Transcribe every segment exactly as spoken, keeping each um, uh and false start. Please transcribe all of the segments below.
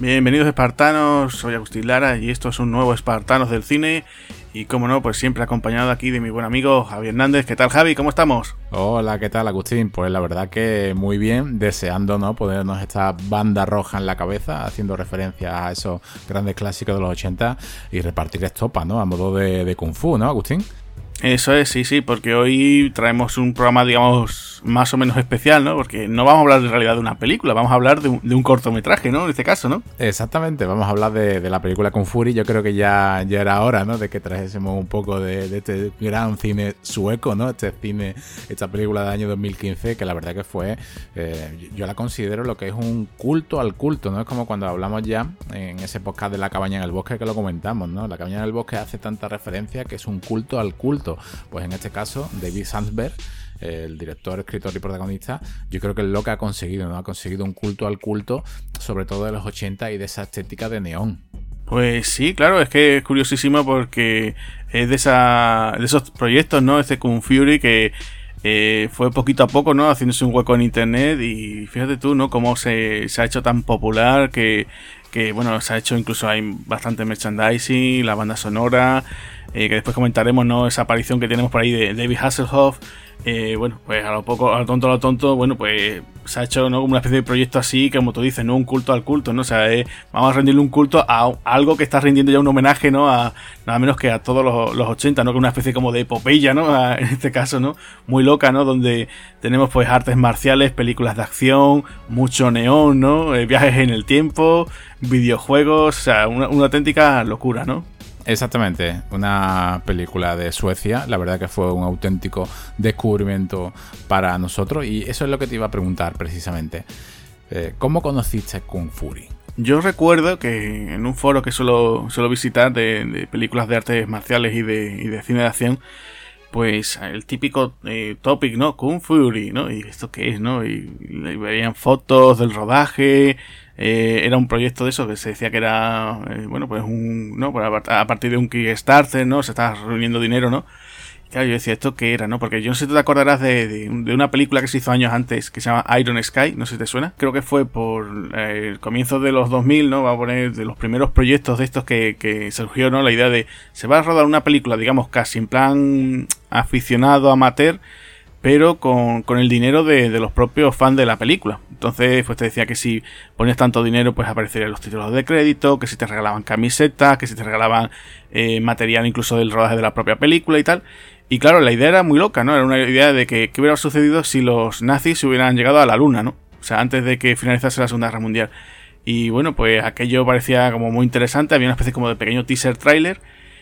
Bienvenidos espartanos, soy Agustín Lara y esto es un nuevo Espartanos del Cine. Y como no, pues siempre acompañado aquí de mi buen amigo Javi Hernández. ¿Qué tal, Javi? ¿Cómo estamos? Hola, ¿qué tal, Agustín? Pues la verdad que muy bien, deseando, ¿no?, ponernos esta banda roja en la cabeza, haciendo referencia a esos grandes clásicos de los ochenta y repartir estopa, ¿no?, a modo de, de Kung Fu, ¿no, Agustín? Eso es, sí, sí, porque hoy traemos un programa, digamos, más o menos especial, ¿no? Porque no vamos a hablar en realidad de una película, vamos a hablar de un, de un cortometraje, ¿no? En este caso, ¿no? Exactamente, vamos a hablar de, de la película Kung Fury. Yo creo que ya, ya era hora, ¿no?, de que trajésemos un poco de, de este gran cine sueco, ¿no? Este cine, esta película del año dos mil quince, que la verdad que fue, eh, yo la considero lo que es un culto al culto, ¿no? Es como cuando hablamos ya en ese podcast de La cabaña en el bosque que lo comentamos, ¿no? La cabaña en el bosque hace tanta referencia que es un culto al culto. Pues en este caso, David Sandberg, el director, escritor y protagonista, yo creo que es lo que ha conseguido, ¿no? Ha conseguido un culto al culto, sobre todo de los ochenta y de esa estética de neón. Pues sí, claro, es que es curiosísimo porque es de, esa, de esos proyectos, ¿no? Este Kung Fury que eh, fue poquito a poco, ¿no?, haciéndose un hueco en internet. Y fíjate tú, ¿no?, cómo se, se ha hecho tan popular que, que, bueno, se ha hecho incluso, hay bastante merchandising, la banda sonora, eh, que después comentaremos, ¿no?, esa aparición que tenemos por ahí de David Hasselhoff. Eh, bueno, pues a lo poco, a lo tonto, a lo tonto, bueno, pues se ha hecho, ¿no?, como una especie de proyecto así, que como tú dices, ¿no?, un culto al culto, ¿no? O sea, eh, vamos a rendirle un culto a algo que está rindiendo ya un homenaje, ¿no?, a nada menos que a todos los, los ochenta, ¿no?, que una especie como de epopeya, ¿no?, a, en este caso, ¿no?, muy loca, ¿no?, donde tenemos pues artes marciales, películas de acción, mucho neón, ¿no?, eh, viajes en el tiempo, videojuegos, o sea, una, una auténtica locura, ¿no? Exactamente, una película de Suecia, la verdad que fue un auténtico descubrimiento para nosotros y eso es lo que te iba a preguntar precisamente. Eh, ¿Cómo conociste Kung Fury? Yo recuerdo que en un foro que suelo, suelo visitar de, de películas de artes marciales y de, y de cine de acción, pues el típico eh, topic, ¿no? Kung Fury, ¿no? ¿Y esto qué es, no? Y, y veían fotos del rodaje. Eh, era un proyecto de eso que se decía que era, eh, bueno, pues un, ¿no?, a partir de un Kickstarter, ¿no? Se estaba reuniendo dinero, ¿no? Y claro, yo decía, ¿esto qué era, no? Porque yo no sé si te acordarás de, de, de una película que se hizo años antes que se llama Iron Sky, no sé si te suena. Creo que fue por eh, el comienzo de los dos mil, ¿no? Va a poner de los primeros proyectos de estos que, que surgió, ¿no?, la idea de se va a rodar una película, digamos, casi en plan aficionado, amateur, pero con, con el dinero de, de los propios fans de la película. Entonces, pues te decía que si ponías tanto dinero, pues aparecerían los títulos de crédito, que si te regalaban camisetas, que si te regalaban eh, material incluso del rodaje de la propia película y tal. Y claro, la idea era muy loca, ¿no? Era una idea de que qué hubiera sucedido si los nazis hubieran llegado a la luna, ¿no? O sea, antes de que finalizase la Segunda Guerra Mundial. Y bueno, pues aquello parecía como muy interesante, había una especie como de pequeño teaser trailer.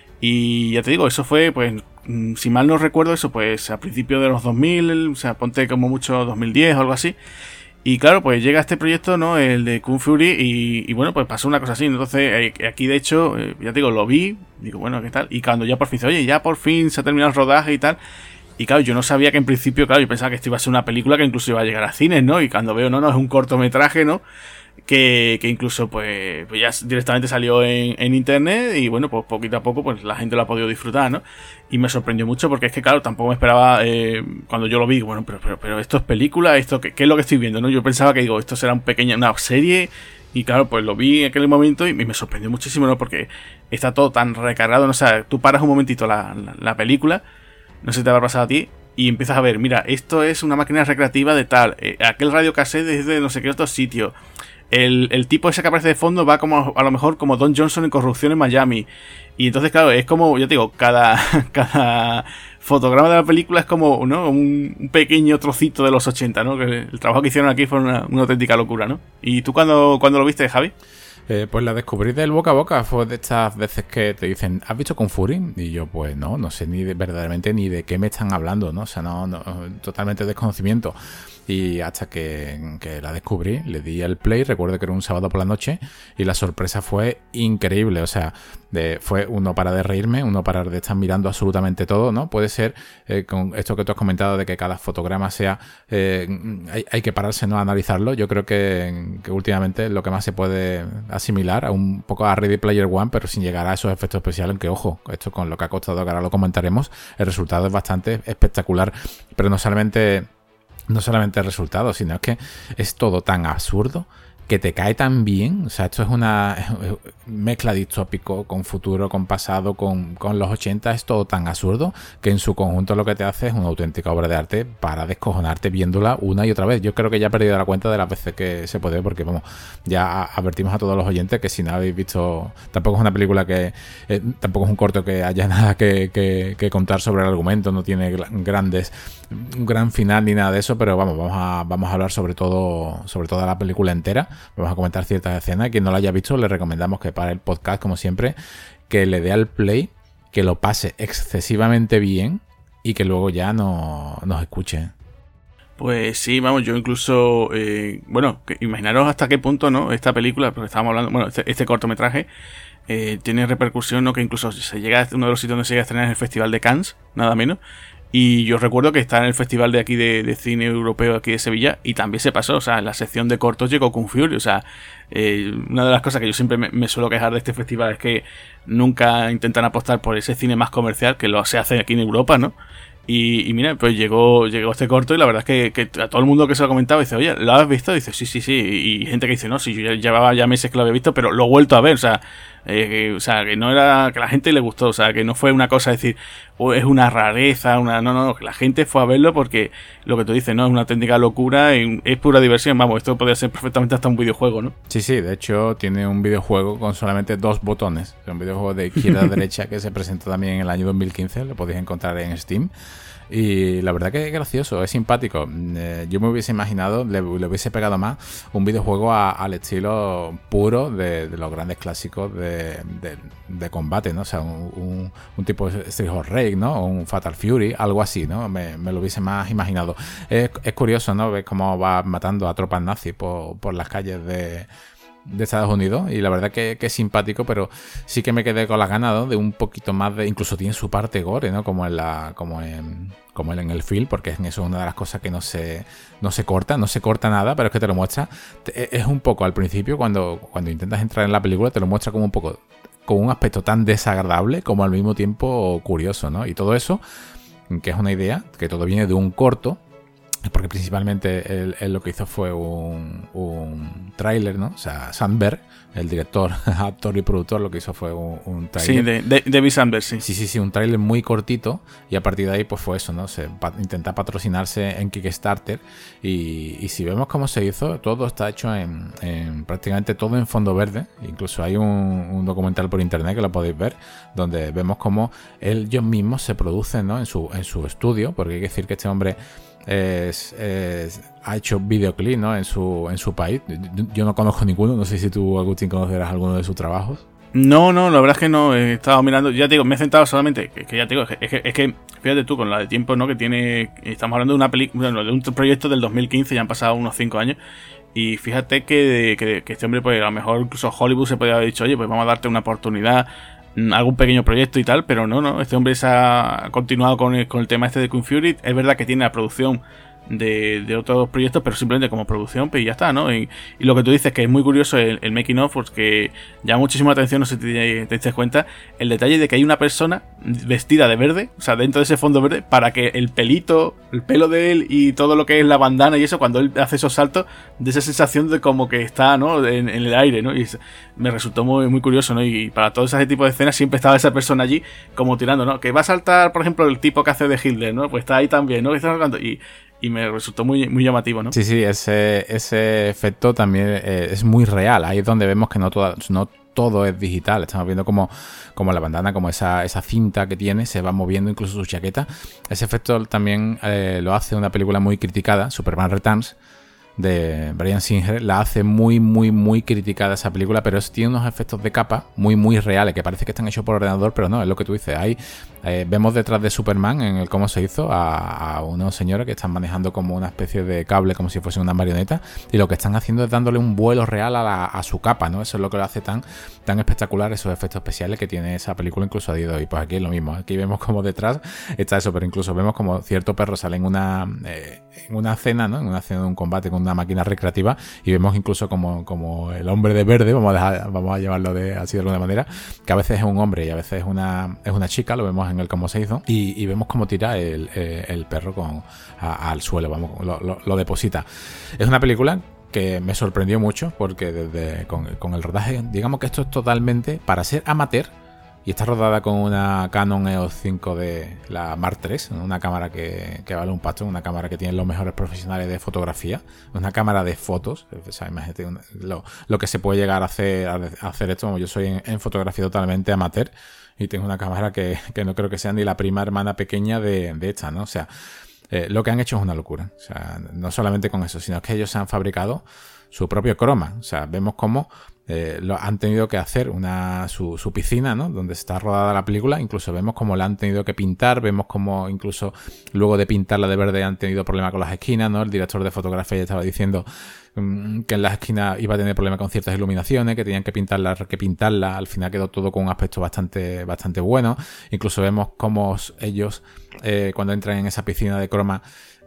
Y ya te digo, eso fue, pues, si mal no recuerdo, eso pues a principios de los dos mil, o sea, ponte como mucho dos mil diez o algo así. Y claro, pues llega este proyecto, ¿no?, el de Kung Fury, y, y bueno, pues pasó una cosa así. Entonces, aquí de hecho, ya te digo, lo vi, digo, bueno, ¿qué tal? Y cuando ya por fin, oye, ya por fin se ha terminado el rodaje y tal. Y claro, yo no sabía que en principio, claro, yo pensaba que esto iba a ser una película que incluso iba a llegar a cines, ¿no? Y cuando veo, no, no, es un cortometraje, ¿no?, que, que incluso pues, pues ya directamente salió en, en internet y bueno, pues poquito a poco pues la gente lo ha podido disfrutar, ¿no? Y me sorprendió mucho porque es que claro, tampoco me esperaba, eh, cuando yo lo vi, bueno, pero, pero, pero esto es película, esto ¿qué, qué es lo que estoy viendo, ¿no? Yo pensaba que digo, esto será un pequeña, una serie. Y claro, pues lo vi en aquel momento y me sorprendió muchísimo, ¿no? Porque está todo tan recargado, ¿no? O sea, tú paras un momentito la, la, la película, no sé si te habrá pasado a ti, y empiezas a ver, mira, esto es una máquina recreativa de tal, eh, aquel radiocassette es de no sé qué otro sitio. El, el tipo ese que aparece de fondo va como a lo mejor como Don Johnson en Corrupción en Miami. Y entonces, claro, es como, yo te digo, cada, cada fotograma de la película es como, ¿no?, un, un pequeño trocito de los ochenta, ¿no? Que el trabajo que hicieron aquí fue una, una auténtica locura, ¿no? ¿Y tú cuándo, cuándo lo viste, Javi? Eh, pues la descubrí del boca a boca. Fue de estas veces que te dicen, ¿has visto Kung Fury? Y yo, pues no, no sé ni de, verdaderamente ni de qué me están hablando, ¿no? O sea, no, no, totalmente desconocimiento. Y hasta que, que la descubrí, le di el play, recuerdo que era un sábado por la noche, y la sorpresa fue increíble. O sea, de, fue uno para de reírme, uno para de estar mirando absolutamente todo, ¿no? Puede ser, eh, con esto que tú has comentado de que cada fotograma sea, eh, hay, hay que pararse, ¿no?, a analizarlo. Yo creo que, que últimamente lo que más se puede asimilar a un poco a Ready Player One, pero sin llegar a esos efectos especiales, aunque ojo, esto con lo que ha costado, que ahora lo comentaremos, el resultado es bastante espectacular. Pero no solamente... No solamente el resultado, sino es que es todo tan absurdo que te cae tan bien. O sea, esto es una mezcla distópico con futuro, con pasado, con, con los ochenta. Es todo tan absurdo que en su conjunto lo que te hace es una auténtica obra de arte para descojonarte viéndola una y otra vez. Yo creo que ya he perdido la cuenta de las veces que se puede, porque vamos, ya advertimos a todos los oyentes que si no habéis visto, tampoco es una película que eh, tampoco es un corto que haya nada que, que, que contar sobre el argumento, no tiene grandes un gran final ni nada de eso, pero vamos, vamos a, vamos a hablar sobre todo sobre toda la película entera. Vamos a comentar ciertas escenas. Quien no lo haya visto, le recomendamos que para el podcast, como siempre, que le dé al play, que lo pase excesivamente bien y que luego ya no, nos escuche. Pues sí, vamos, yo incluso, eh, bueno, que imaginaros hasta qué punto, ¿no? Esta película, porque estábamos hablando, bueno, este, este cortometraje eh, tiene repercusión, ¿no? Que incluso se llega a uno de los sitios donde se llega a estrenar en el Festival de Cannes, nada menos. Y yo recuerdo que está en el festival de aquí de, de cine europeo aquí de Sevilla y también se pasó, o sea, en la sección de cortos llegó Kung Fury, o sea, eh, una de las cosas que yo siempre me, me suelo quejar de este festival es que nunca intentan apostar por ese cine más comercial que lo se hace aquí en Europa, ¿no? Y, y mira, pues llegó llegó este corto y la verdad es que, que a todo el mundo que se lo comentaba dice, oye, ¿lo has visto? Y dice, sí, sí, sí. Y gente que dice, no, sí, yo ya llevaba ya meses que lo había visto, pero lo he vuelto a ver, o sea, eh, que, o sea, que no era, que a la gente le gustó, o sea, que no fue una cosa de decir, oh, es una rareza, una, no, no, que la gente fue a verlo porque lo que tú dices, no, es una auténtica locura y es pura diversión, vamos, esto podría ser perfectamente hasta un videojuego, ¿no? Sí, sí, de hecho tiene un videojuego con solamente dos botones, un videojuego de izquierda a derecha que se presentó también en el año dos mil quince, lo podéis encontrar en Steam. Y la verdad que es gracioso, es simpático. Eh, yo me hubiese imaginado, le, le hubiese pegado más un videojuego a, al estilo puro de, de los grandes clásicos de, de, de combate, ¿no? O sea, un, un, un tipo Street of Rage, ¿no? O un Fatal Fury, algo así, ¿no? Me, me lo hubiese más imaginado. Es, es curioso, ¿no? Ves cómo va matando a tropas nazis por, por las calles de... de Estados Unidos, y la verdad que, que es simpático, pero sí que me quedé con las ganas, ¿no? De un poquito más de, incluso tiene su parte gore, ¿no? Como en la, como en, como en el film, porque eso es una de las cosas que no se, no se corta, no se corta nada, pero es que te lo muestra, te, es un poco al principio cuando, cuando intentas entrar en la película, te lo muestra como un poco, con un aspecto tan desagradable como al mismo tiempo curioso, ¿no? Y todo eso, que es una idea, que todo viene de un corto, porque principalmente él, él lo que hizo fue un, un tráiler, ¿no? O sea, Sandberg, el director, actor y productor, lo que hizo fue un, un tráiler. Sí, de, de David Sandberg, sí. Sí, sí, sí, un tráiler muy cortito y a partir de ahí pues fue eso, ¿no? Se pa, intenta patrocinarse en Kickstarter y, y si vemos cómo se hizo, todo está hecho en, en prácticamente todo en fondo verde. Incluso hay un, un documental por internet que lo podéis ver, donde vemos cómo ellos mismos se producen, ¿no? En su, en su estudio, porque hay que decir que este hombre Es, es, ha hecho videoclip, ¿no? en su en su país. Yo, yo no conozco ninguno, no sé si tú, Agustín, conocerás alguno de sus trabajos. No, no, la verdad es que no, he estado mirando, ya te digo, me he sentado solamente, que, que ya te digo, es que, es que fíjate tú, con la de tiempo, ¿no? Que tiene, estamos hablando de una película, bueno, de un proyecto del dos mil quince, ya han pasado unos cinco años, y fíjate que, que, que este hombre, pues a lo mejor incluso Hollywood se podría haber dicho, oye, pues vamos a darte una oportunidad, algún pequeño proyecto y tal, pero no, no, este hombre se ha continuado con el, con el tema este de Kung Fury. Es verdad que tiene la producción de, de otros proyectos, pero simplemente como producción, pues ya está, ¿no? Y, y lo que tú dices, que es muy curioso el, el making of, porque llama muchísimo la atención, no sé si te, te diste cuenta, el detalle de que hay una persona vestida de verde, o sea, dentro de ese fondo verde, para que el pelito, el pelo de él y todo lo que es la bandana y eso, cuando él hace esos saltos, de esa sensación de como que está, ¿no? En, en el aire, ¿no? Y me resultó muy, muy curioso, ¿no? Y para todo ese tipo de escenas siempre estaba esa persona allí como tirando, ¿no? Que va a saltar, por ejemplo, el tipo que hace de Hitler, ¿no? Pues está ahí también, ¿no? Que está saltando y Y me resultó muy, muy llamativo, ¿no? Sí, sí, ese, ese efecto también eh, es muy real. Ahí es donde vemos que no, toda, no todo es digital. Estamos viendo como, como la bandana, como esa, esa cinta que tiene, se va moviendo, incluso su chaqueta. Ese efecto también eh, lo hace una película muy criticada, Superman Returns, de Bryan Singer. La hace muy, muy, muy criticada esa película, pero es, tiene unos efectos de capa muy, muy reales, que parece que están hechos por ordenador, pero no, es lo que tú dices. Hay, eh, vemos detrás de Superman, en el cómo se hizo, a, a unos señores que están manejando como una especie de cable, como si fuese una marioneta, y lo que están haciendo es dándole un vuelo real a, la, a su capa, ¿no? Eso es lo que lo hace tan, tan espectacular, esos efectos especiales que tiene esa película, incluso a día de hoy. Pues aquí es lo mismo, aquí vemos como detrás está eso, pero incluso vemos como cierto perro sale en una, eh, en una cena, ¿no? En una cena de un combate con una máquina recreativa, y vemos incluso como, como el hombre de verde, vamos a dejar, vamos a llevarlo de así de alguna manera, que a veces es un hombre y a veces es una, es una chica, lo vemos en el cómo se hizo, y, y vemos cómo tira el, el perro con, a, al suelo, vamos, lo, lo, lo deposita. Es una película que me sorprendió mucho porque desde con, con el rodaje, digamos que esto es totalmente para ser amateur. Y está rodada con una Canon E O S cinco D, la Mark tres, una cámara que, que vale un pastón, una cámara que tiene los mejores profesionales de fotografía, una cámara de fotos. O sea, imagínate una, lo, lo que se puede llegar a hacer, a hacer esto. Como yo soy en, en fotografía totalmente amateur y tengo una cámara que, que no creo que sea ni la prima hermana pequeña de, de esta, ¿no? O sea, eh, lo que han hecho es una locura. O sea, no solamente con eso, sino que ellos se han fabricado su propio croma. O sea, vemos cómo Eh, lo, han tenido que hacer una su, su piscina, ¿no? Donde está rodada la película. Incluso vemos cómo la han tenido que pintar, vemos cómo incluso luego de pintarla de verde han tenido problemas con las esquinas, ¿no? El director de fotografía ya estaba diciendo um, que en las esquinas iba a tener problemas con ciertas iluminaciones, que tenían que pintarla, que pintarla. Al final quedó todo con un aspecto bastante, bastante bueno. Incluso vemos cómo ellos eh, cuando entran en esa piscina de croma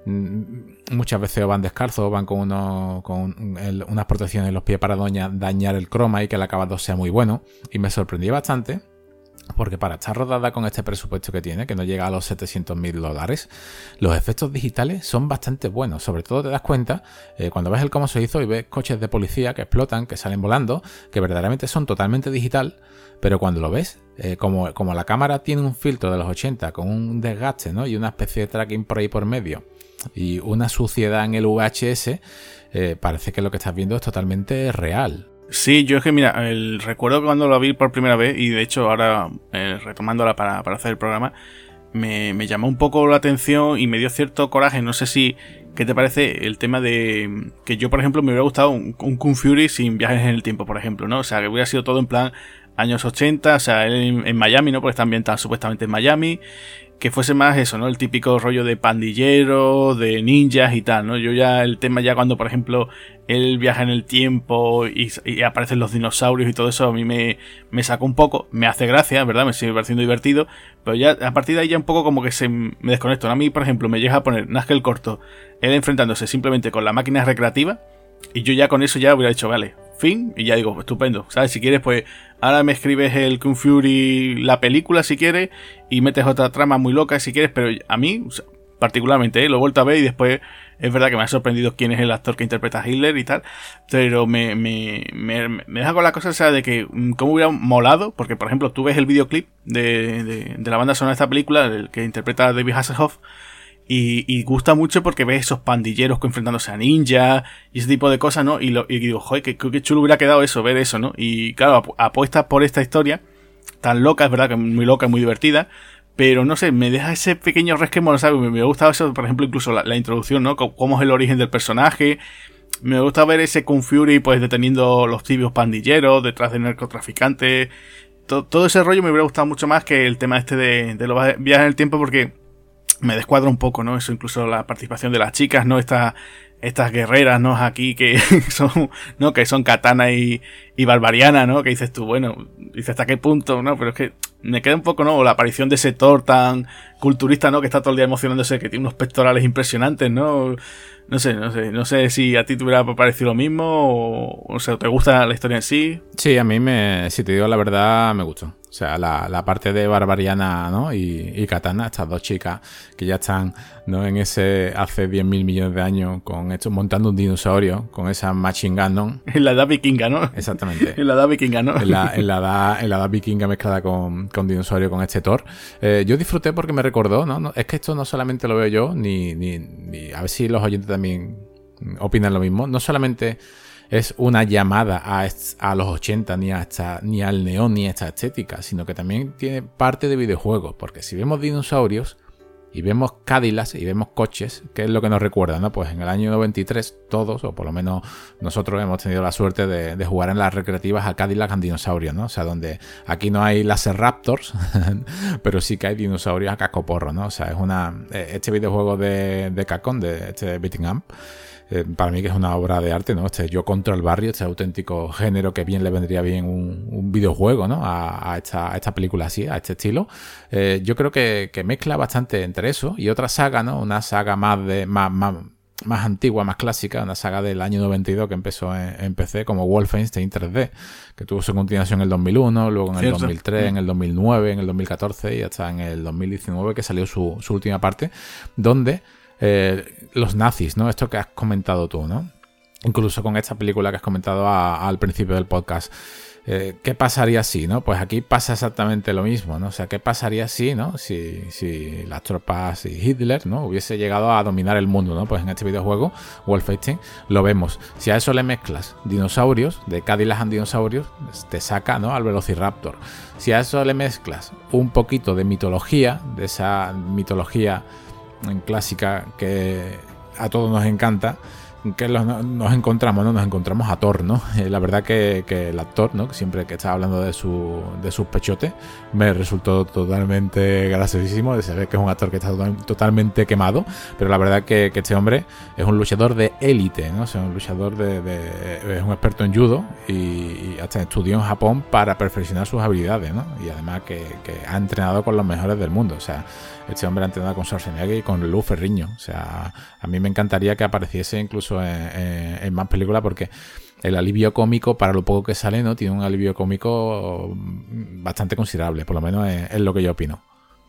muchas veces van descalzos, van con, unos, con el, unas protecciones en los pies para doña, dañar el croma y que el acabado sea muy bueno. Y me sorprendí bastante porque para estar rodada con este presupuesto que tiene, que no llega a los setecientos mil dólares, los efectos digitales son bastante buenos. Sobre todo te das cuenta eh, cuando ves el cómo se hizo y ves coches de policía que explotan, que salen volando, que verdaderamente son totalmente digital. Pero cuando lo ves, eh, como, como la cámara tiene un filtro de los ochenta con un desgaste, ¿no? Y una especie de tracking por ahí por medio y una suciedad en el V H S, eh, parece que lo que estás viendo es totalmente real. Sí, yo es que mira, el recuerdo que cuando lo vi por primera vez, y de hecho ahora eh, retomándola para, para hacer el programa, me, me llamó un poco la atención y me dio cierto coraje. No sé si, ¿qué te parece el tema de que yo, por ejemplo, me hubiera gustado un, un Kung Fury sin viajes en el tiempo, por ejemplo, ¿no? O sea, que hubiera sido todo en plan años ochenta, o sea, en, en Miami, ¿no? Porque está ambientado supuestamente en Miami. Que fuese más eso, ¿no? El típico rollo de pandillero, de ninjas y tal, ¿no? Yo ya, el tema ya cuando, por ejemplo, él viaja en el tiempo y, y aparecen los dinosaurios y todo eso, a mí me, me sacó un poco, me hace gracia, ¿verdad? Me sigue pareciendo divertido, pero ya a partir de ahí ya un poco como que se me desconecto. A mí, por ejemplo, me llega a poner Nazgûl corto, él enfrentándose simplemente con la máquina recreativa, y yo ya con eso ya hubiera dicho, vale, fin, y ya digo, estupendo, ¿sabes? Si quieres, pues ahora me escribes el Kung Fury, la película, si quieres, y metes otra trama muy loca, si quieres, pero a mí, o sea, particularmente, ¿eh? Lo he vuelto a ver y después es verdad que me ha sorprendido quién es el actor que interpreta a Hitler y tal, pero me, me, me, me deja con la cosa, o sea, de que cómo hubiera molado, porque por ejemplo, tú ves el videoclip de, de, de la banda sonora de esta película, el que interpreta a David Hasselhoff, Y, y gusta mucho porque ves esos pandilleros enfrentándose a ninjas y ese tipo de cosas, ¿no? Y, lo, y digo, joder, qué, qué chulo hubiera quedado eso, ver eso, ¿no? Y claro, ap- apuestas por esta historia tan loca, es verdad que muy loca, muy divertida, pero no sé, me deja ese pequeño resquemor, ¿no? ¿Sabes? Me, me gusta eso, por ejemplo, incluso la, la introducción, ¿no? C- cómo es el origen del personaje. Me gusta ver ese Kung Fury, pues, deteniendo los tibios pandilleros detrás de narcotraficantes. Todo, todo ese rollo me hubiera gustado mucho más que el tema este de, de los viajes en el tiempo, porque me descuadra un poco, ¿no? Eso, incluso la participación de las chicas, ¿no? Estas, estas guerreras, ¿no? Aquí que son, ¿no? Que son Katana y, y Barbariana, ¿no? Que dices tú, bueno, dices hasta qué punto, ¿no? Pero es que me queda un poco, ¿no? La aparición de ese Thor tan culturista, ¿no? Que está todo el día emocionándose, que tiene unos pectorales impresionantes, ¿no? No sé, no sé, no sé si a ti te hubiera parecido lo mismo o, o sea, ¿te gusta la historia en sí? Sí, a mí me, si te digo la verdad, me gustó. O sea, la, la parte de Barbariana, ¿no? y, y Katana, estas dos chicas que ya están, ¿no? En ese hace diez mil millones de años con esto, montando un dinosaurio con esa machine gun, ¿no? En la edad vikinga, ¿no? Exactamente. En la edad vikinga, ¿no? En la, en la, edad, en la edad vikinga mezclada con, con dinosaurio, con este Thor. Eh, yo disfruté porque me recordó, ¿no? no es que esto no solamente lo veo yo, ni, ni, ni a ver si los oyentes también opinan lo mismo. No solamente es una llamada a, a los ochenta, ni, a esta, ni al neón, ni a esta estética, sino que también tiene parte de videojuegos, porque si vemos dinosaurios y vemos Cadillacs y vemos coches, ¿qué es lo que nos recuerda, no? Pues en el año noventa y tres todos, o por lo menos nosotros hemos tenido la suerte de, de jugar en las recreativas a Cadillac and dinosaurios, ¿no? O sea, donde aquí no hay Laser Raptors, pero sí que hay dinosaurios a cascoporro, ¿no? O sea, es una este videojuego de, de Capcom, de este Beating Up, Eh, para mí que es una obra de arte, ¿no? Este Yo contra el barrio, este auténtico género que bien le vendría bien un, un videojuego, ¿no? A, a, esta, a esta película así, a este estilo. Eh, yo creo que, que mezcla bastante entre eso y otra saga, ¿no? Una saga más de más, más, más antigua, más clásica, una saga del año noventa y dos que empezó en, en P C como Wolfenstein tres D, que tuvo su continuación en el dos mil uno, luego en el ¿Cierto? dos mil tres, en el dos mil nueve, en el dos mil catorce y hasta en el dos mil diecinueve que salió su, su última parte, donde Eh, los nazis, ¿no? Esto que has comentado tú, ¿no? incluso con esta película que has comentado a, al principio del podcast. Eh, ¿Qué pasaría si, no? Pues aquí pasa exactamente lo mismo, ¿no? O sea, ¿qué pasaría si, ¿no? Si, si las tropas y Hitler, ¿no? Hubiese llegado a dominar el mundo, ¿no? Pues en este videojuego, Wolfenstein, lo vemos. Si a eso le mezclas dinosaurios, de Cadillac and dinosaurios, te saca, ¿no? Al Velociraptor. Si a eso le mezclas un poquito de mitología, de esa mitología clásica que a todos nos encanta, que los, nos encontramos, ¿no? Nos encontramos a Thor, ¿no? Eh, la verdad que, que el actor, ¿no? Siempre que estaba hablando de su de sus pechotes, me resultó totalmente graciosísimo. Se ve que es un actor que está totalmente quemado, pero la verdad que, que este hombre es un luchador de élite, ¿no? O sea, un luchador de, de es un experto en judo y, y hasta estudió en Japón para perfeccionar sus habilidades, ¿no? Y además que, que ha entrenado con los mejores del mundo. O sea, este hombre ha entrenado con Schwarzenegger y con Lou Ferrigno. O sea, a mí me encantaría que apareciese incluso en, en, en más películas, porque el alivio cómico, para lo poco que sale, ¿no? Tiene un alivio cómico bastante considerable, por lo menos es, es lo que yo opino.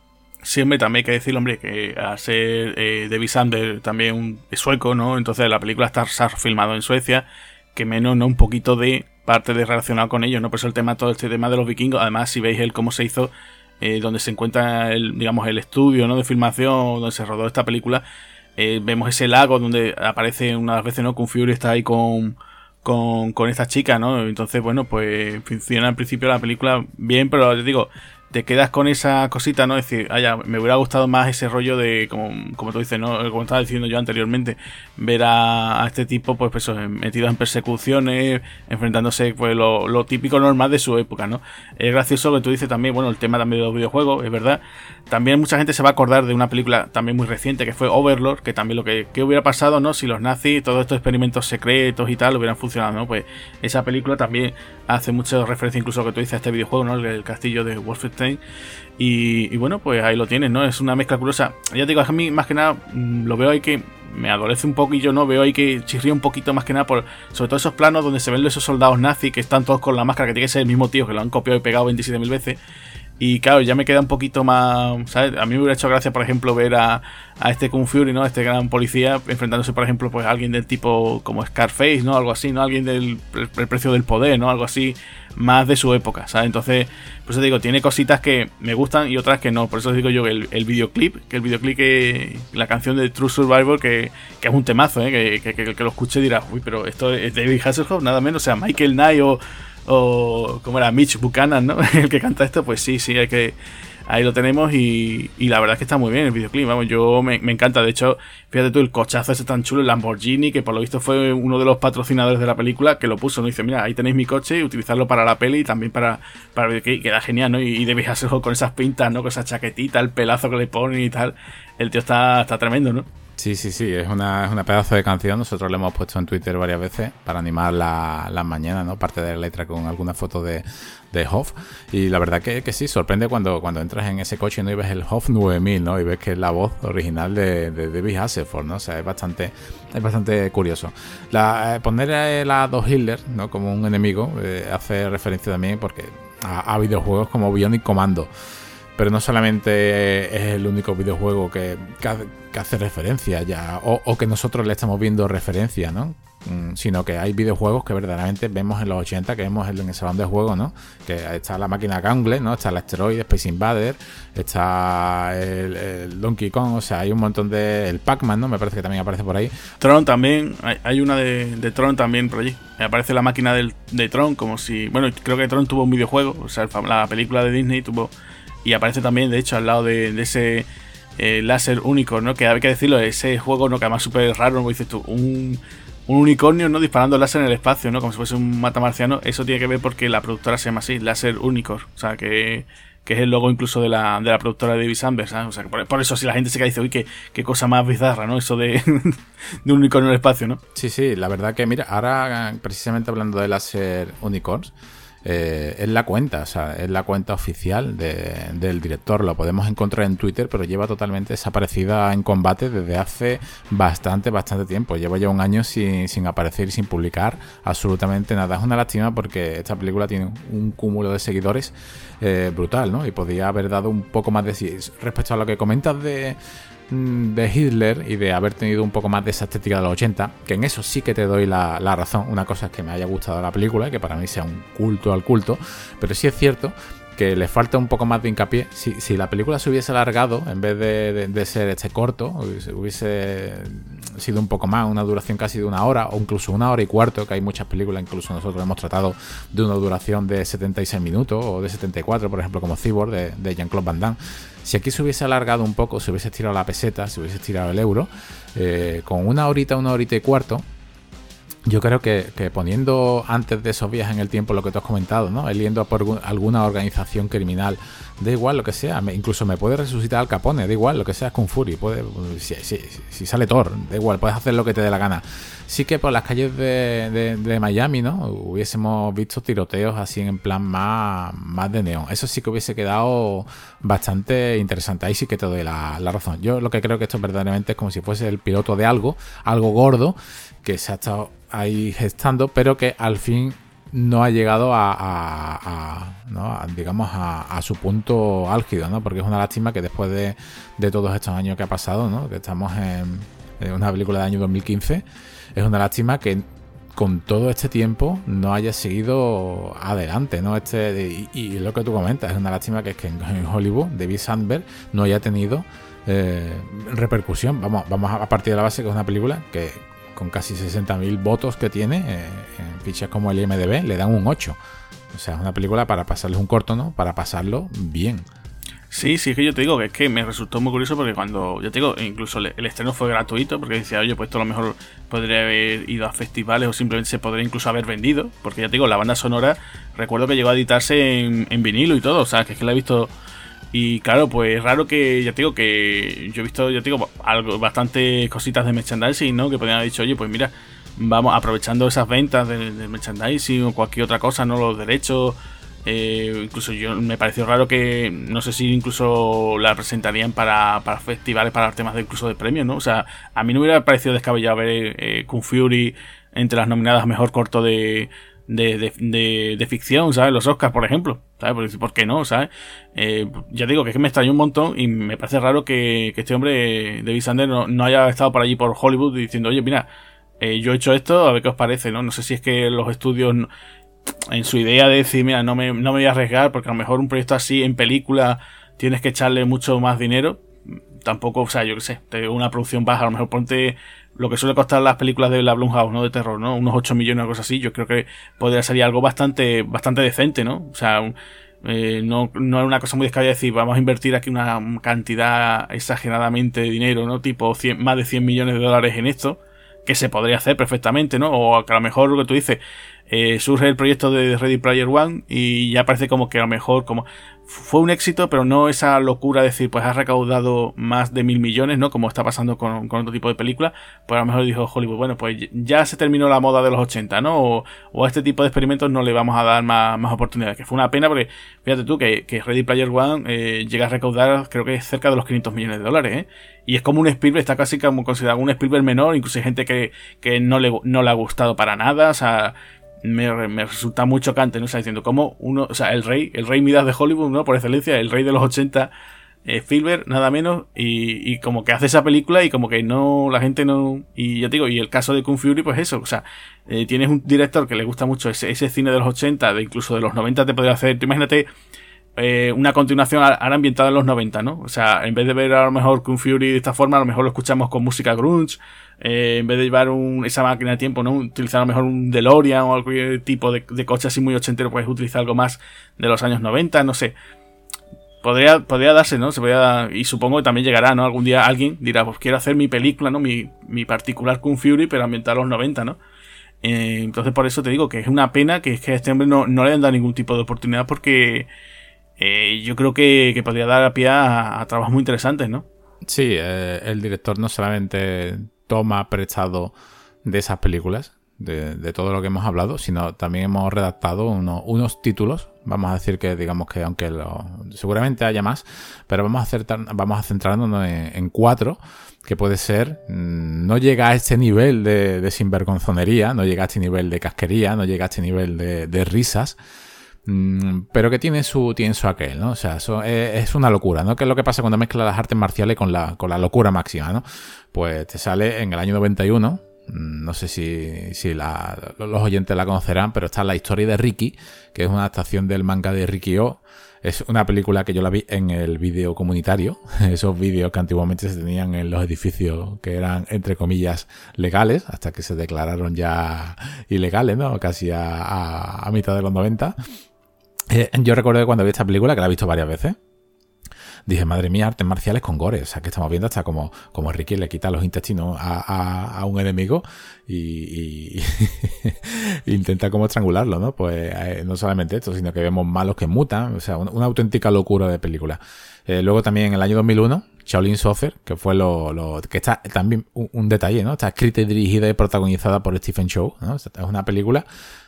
Sí, hombre, también hay que decir, hombre, que a ser eh, David Sander también un, es sueco, ¿no? Entonces la película está filmado en Suecia, que menos, ¿no? Un poquito de parte de relacionado con ellos, ¿no? Por eso el tema, todo este tema de los vikingos. Además, si veis el cómo se hizo, eh, donde se encuentra el, digamos, el estudio, ¿no? De filmación, donde se rodó esta película, eh, vemos ese lago donde aparece unas veces, ¿no? Kung Fury está ahí con... Con, con esta chica, ¿no? Entonces, bueno, pues funciona al principio la película bien, pero te digo, te quedas con esa cosita, ¿no? Es decir, ah, ya, me hubiera gustado más ese rollo de, como, como tú dices, ¿no? Como estaba diciendo yo anteriormente, ver a, a este tipo, pues, pues metido en persecuciones, enfrentándose, pues, lo, lo típico normal de su época, ¿no? Es gracioso que tú dices también, bueno, el tema también de los videojuegos, es verdad. También mucha gente se va a acordar de una película también muy reciente, que fue Overlord, que también lo que, que hubiera pasado, ¿no? Si los nazis, todos estos experimentos secretos y tal, hubieran funcionado, ¿no? Pues esa película también hace mucha referencia, incluso que tú dices, a este videojuego, ¿no? El, el castillo de Wolfenstein. Y, y bueno, pues ahí lo tienes, ¿no? Es una mezcla curiosa. Ya te digo, a mí más que nada lo veo ahí que me adolece un poco y yo no veo ahí que chirría un poquito más que nada por sobre todo esos planos donde se ven esos soldados nazis que están todos con la máscara, que tiene que ser el mismo tío que lo han copiado y pegado veintisiete mil veces. Y claro, ya me queda un poquito más, ¿sabes? A mí me hubiera hecho gracia, por ejemplo, ver a, a este Kung Fury, ¿no? A este gran policía enfrentándose, por ejemplo, pues a alguien del tipo como Scarface, ¿no? Algo así, ¿no? Alguien del el, el precio del poder, ¿no? Algo así más de su época, ¿sabes? Entonces, por eso digo, tiene cositas que me gustan y otras que no. Por eso digo yo que el, el videoclip, que el videoclip que la canción de True Survivor, que, que es un temazo, ¿eh? Que, que, que, que lo escuche y dirá, uy, pero esto es David Hasselhoff, nada menos, o sea, Michael Knight o o como era Mitch Buchanan, ¿no? El que canta esto, pues sí, sí, hay que ahí lo tenemos y, y la verdad es que está muy bien el videoclip, vamos, yo me, me encanta. De hecho, fíjate tú, el cochazo ese tan chulo, el Lamborghini, que por lo visto fue uno de los patrocinadores de la película, que lo puso, ¿no? Dice, mira, ahí tenéis mi coche y utilizarlo para la peli y también para, para el videoclip, queda genial, ¿no? Y, y David Hasselhoff con esas pintas, ¿no? Con esa chaquetita, el pelazo que le ponen y tal, el tío está, está tremendo, ¿no? Sí, sí, sí, es una, es una pedazo de canción. Nosotros la hemos puesto en Twitter varias veces para animar las la mañanas, ¿no? Parte de la letra con alguna foto de, de Hoff. Y la verdad que, que sí, sorprende cuando, cuando entras en ese coche, ¿no? Y ves el Hoff nueve mil, ¿no? Y ves que es la voz original de, de David Hasselhoff, ¿no? O sea, es bastante, es bastante curioso. La, eh, poner a las dos Hitler, ¿no? Como un enemigo, eh, hace referencia también porque a, a videojuegos como Bionic Commando. Pero no solamente es el único videojuego que, que hace referencia ya, o, o que nosotros le estamos viendo referencia, ¿no? Mm, sino que hay videojuegos que verdaderamente vemos en los ochenta, que vemos en el salón de juego, ¿no? Que está la máquina Gangle, ¿no? Está el Asteroid, Space Invader, está el, el Donkey Kong, o sea, hay un montón de... El Pac-Man, ¿no? Me parece que también aparece por ahí. Tron también, hay, hay una de, de Tron también por allí. Me aparece la máquina del, de Tron, como si... Bueno, creo que Tron tuvo un videojuego, o sea, la película de Disney tuvo... Y aparece también, de hecho, al lado de, de ese eh, láser único, ¿no? Que hay que decirlo, ese juego, ¿no? Que además es súper raro, ¿no? Dices tú, un, un unicornio, ¿no? Disparando láser en el espacio, ¿no? Como si fuese un matamarciano. Eso tiene que ver porque la productora se llama así, Láser Unicorn. O sea, que, que es el logo incluso de la, de la productora de David Sandberg, ¿sabes? O sea, que por, por eso si la gente se queda y dice, uy, qué, qué cosa más bizarra, ¿no? Eso de, de un unicornio en el espacio, ¿no? Sí, sí, la verdad que, mira, ahora precisamente hablando de Láser Unicorns, Eh, es la cuenta, o sea, es la cuenta oficial de, del director. Lo podemos encontrar en Twitter, pero lleva totalmente desaparecida en combate desde hace bastante, bastante tiempo. Lleva ya un año sin, sin aparecer y sin publicar absolutamente nada. Es una lástima porque esta película tiene un cúmulo de seguidores eh, brutal, ¿no? Y podría haber dado un poco más de sí. Respecto a lo que comentas de de Hitler y de haber tenido un poco más de esa estética de los ochenta, que en eso sí que te doy la, la razón. Una cosa es que me haya gustado la película y que para mí sea un culto al culto, pero sí es cierto que le falta un poco más de hincapié. Si, si la película se hubiese alargado, en vez de, de, de ser este corto, hubiese, hubiese sido un poco más, una duración casi de una hora, o incluso una hora y cuarto, que hay muchas películas, incluso nosotros hemos tratado de una duración de setenta y seis minutos, o de setenta y cuatro, por ejemplo, como Cyborg, de, de Jean-Claude Van Damme. Si aquí se hubiese alargado un poco, se hubiese estirado la peseta, se hubiese estirado el euro, eh, con una horita, una horita y cuarto, yo creo que, que poniendo antes de esos viajes en el tiempo lo que tú has comentado, ¿no? Él yendo a por alguna organización criminal, da igual lo que sea, me, incluso me puede resucitar Al Capone, da igual lo que sea, es Kung Fury, puede, si, si, si sale Thor, da igual, puedes hacer lo que te dé la gana. Sí que por las calles de, de, de Miami, ¿no? Hubiésemos visto tiroteos así en plan más, más de neón. Eso sí que hubiese quedado bastante interesante. Ahí sí que te doy la, la razón. Yo lo que creo que esto verdaderamente es como si fuese el piloto de algo, algo gordo, que se ha estado ahí gestando, pero que al fin no ha llegado a, a, a, ¿no? a digamos a, a su punto álgido, ¿no? Porque es una lástima que después de, de todos estos años que ha pasado, ¿no? Que estamos en, en una película del año dos mil quince, es una lástima que con todo este tiempo no haya seguido adelante, ¿no? Este y, y lo que tú comentas, es una lástima que es que en, en Hollywood David Sandberg no haya tenido eh, repercusión. Vamos, vamos a partir de la base que es una película que con casi sesenta mil votos que tiene, eh, en fichas como el I M D B, le dan un ocho. O sea, es una película para pasarles un corto, ¿no? Para pasarlo bien. Sí, sí, es que yo te digo que es que me resultó muy curioso porque cuando, yo te digo, incluso el estreno fue gratuito, porque decía, oye, pues esto a lo mejor podría haber ido a festivales o simplemente se podría incluso haber vendido, porque ya te digo, la banda sonora, recuerdo que llegó a editarse en, en vinilo y todo, o sea, que es que la he visto. Y claro, pues raro que, ya te digo, que yo he visto, ya te digo, algo, bastante cositas de merchandising, ¿no? Que podrían haber dicho, oye, pues mira, vamos aprovechando esas ventas de, de merchandising o cualquier otra cosa, ¿no? Los derechos. Eh, incluso yo me pareció raro que, no sé si incluso la presentarían para, para festivales, para temas de incluso de premios, ¿no? O sea, a mí no me hubiera parecido descabellado ver eh, Kung Fury entre las nominadas a mejor corto de... De, de, de, de ficción, ¿sabes? Los Oscars, por ejemplo, ¿sabes? ¿Por qué no? ¿Sabes? Eh, ya digo que es que me extrañó un montón y me parece raro que, que este hombre, David Sandberg, no, no haya estado por allí por Hollywood diciendo, oye, mira, eh, yo he hecho esto, a ver qué os parece, ¿no? No sé si es que los estudios, en su idea de decir, mira, no me, no me voy a arriesgar porque a lo mejor un proyecto así en película tienes que echarle mucho más dinero. Tampoco, o sea, yo qué sé, una producción baja, a lo mejor ponte lo que suele costar las películas de la Blumhouse, ¿no? De terror, ¿no? Unos ocho millones o cosas así. Yo creo que podría salir algo bastante bastante decente, ¿no? O sea, eh, no, no es una cosa muy descabellada decir, vamos a invertir aquí una cantidad exageradamente de dinero, ¿no? Tipo cien, más de cien millones de dólares en esto, que se podría hacer perfectamente, ¿no? O que a lo mejor lo que tú dices, eh, surge el proyecto de Ready Player One y ya parece como que a lo mejor como fue un éxito, pero no esa locura de decir, pues ha recaudado más de mil millones, ¿no? Como está pasando con, con otro tipo de películas. Pues a lo mejor dijo Hollywood, bueno, pues ya se terminó la moda de los ochenta, ¿no? O, o a este tipo de experimentos no le vamos a dar más, más oportunidades. Que fue una pena porque, fíjate tú, que, que Ready Player One eh, llega a recaudar, creo que es cerca de los quinientos millones de dólares, ¿eh? Y es como un Spielberg, está casi como considerado un Spielberg menor, incluso hay gente que, que no, le, no le ha gustado para nada, o sea... Me, me resulta muy chocante, ¿no? O sea, diciendo como uno, o sea, el rey, el rey Midas de Hollywood, ¿no? Por excelencia, el rey de los ochenta, eh, Spielberg, nada menos, y, y como que hace esa película y como que no, la gente no, y ya te digo, y el caso de Kung Fury, pues eso, o sea, eh, tienes un director que le gusta mucho ese, ese cine de los ochenta, de incluso de los noventa te podría hacer, tú imagínate, eh, una continuación ahora ambientada en los noventa, ¿no? O sea, en vez de ver a lo mejor Kung Fury de esta forma, a lo mejor lo escuchamos con música grunge, eh, en vez de llevar un, esa máquina de tiempo, ¿no? Utilizar a lo mejor un DeLorean o algún tipo de, de coche así muy ochentero, puedes utilizar algo más de los años noventa, no sé. Podría, podría darse, ¿no? Se podría dar, y supongo que también llegará, ¿no? Algún día alguien dirá, pues quiero hacer mi película, ¿no? Mi, mi particular Kung Fury, pero ambientada a los noventa, ¿no? Eh, entonces por eso te digo que es una pena que, que a este hombre no, no le han dado ningún tipo de oportunidad porque eh, yo creo que, que podría dar a pie a, a trabajos muy interesantes, ¿no? Sí, eh, el director no solamente toma prestado de esas películas, de, de todo lo que hemos hablado, sino también hemos redactado uno, unos títulos, vamos a decir que digamos que aunque lo, seguramente haya más, pero vamos a, hacer, vamos a centrarnos en, en cuatro, que puede ser, no llega a este nivel de, de sinvergonzonería, no llega a este nivel de casquería, no llega a este nivel de, de risas, mmm, pero que tiene su, tiene su aquel, ¿no? O sea, eso es, es una locura, ¿no? ¿Qué es lo que pasa cuando mezclas las artes marciales con la, con la locura máxima, ¿no? Pues te sale en el año noventa y uno, no sé si, si la, los oyentes la conocerán, pero está La historia de Ricky, que es una adaptación del manga de Riki-Oh. Es una película que yo la vi en el vídeo comunitario, esos vídeos que antiguamente se tenían en los edificios que eran, entre comillas, legales, hasta que se declararon ya ilegales, ¿no? Casi a, a, a mitad de los noventa. Eh, yo recuerdo que cuando vi esta película, que la he visto varias veces, dije, madre mía, artes marciales con gore. O sea, que estamos viendo hasta como, como Ricky le quita los intestinos a, a, a un enemigo y, y intenta como estrangularlo, ¿no? Pues eh, no solamente esto, sino que vemos malos que mutan. O sea, una, una auténtica locura de película. Eh, luego también en el año dos mil uno, Shaolin Soccer, que fue lo, lo que está también un, un detalle, ¿no? Está escrita y dirigida y protagonizada por Stephen Chow, ¿no? Es una película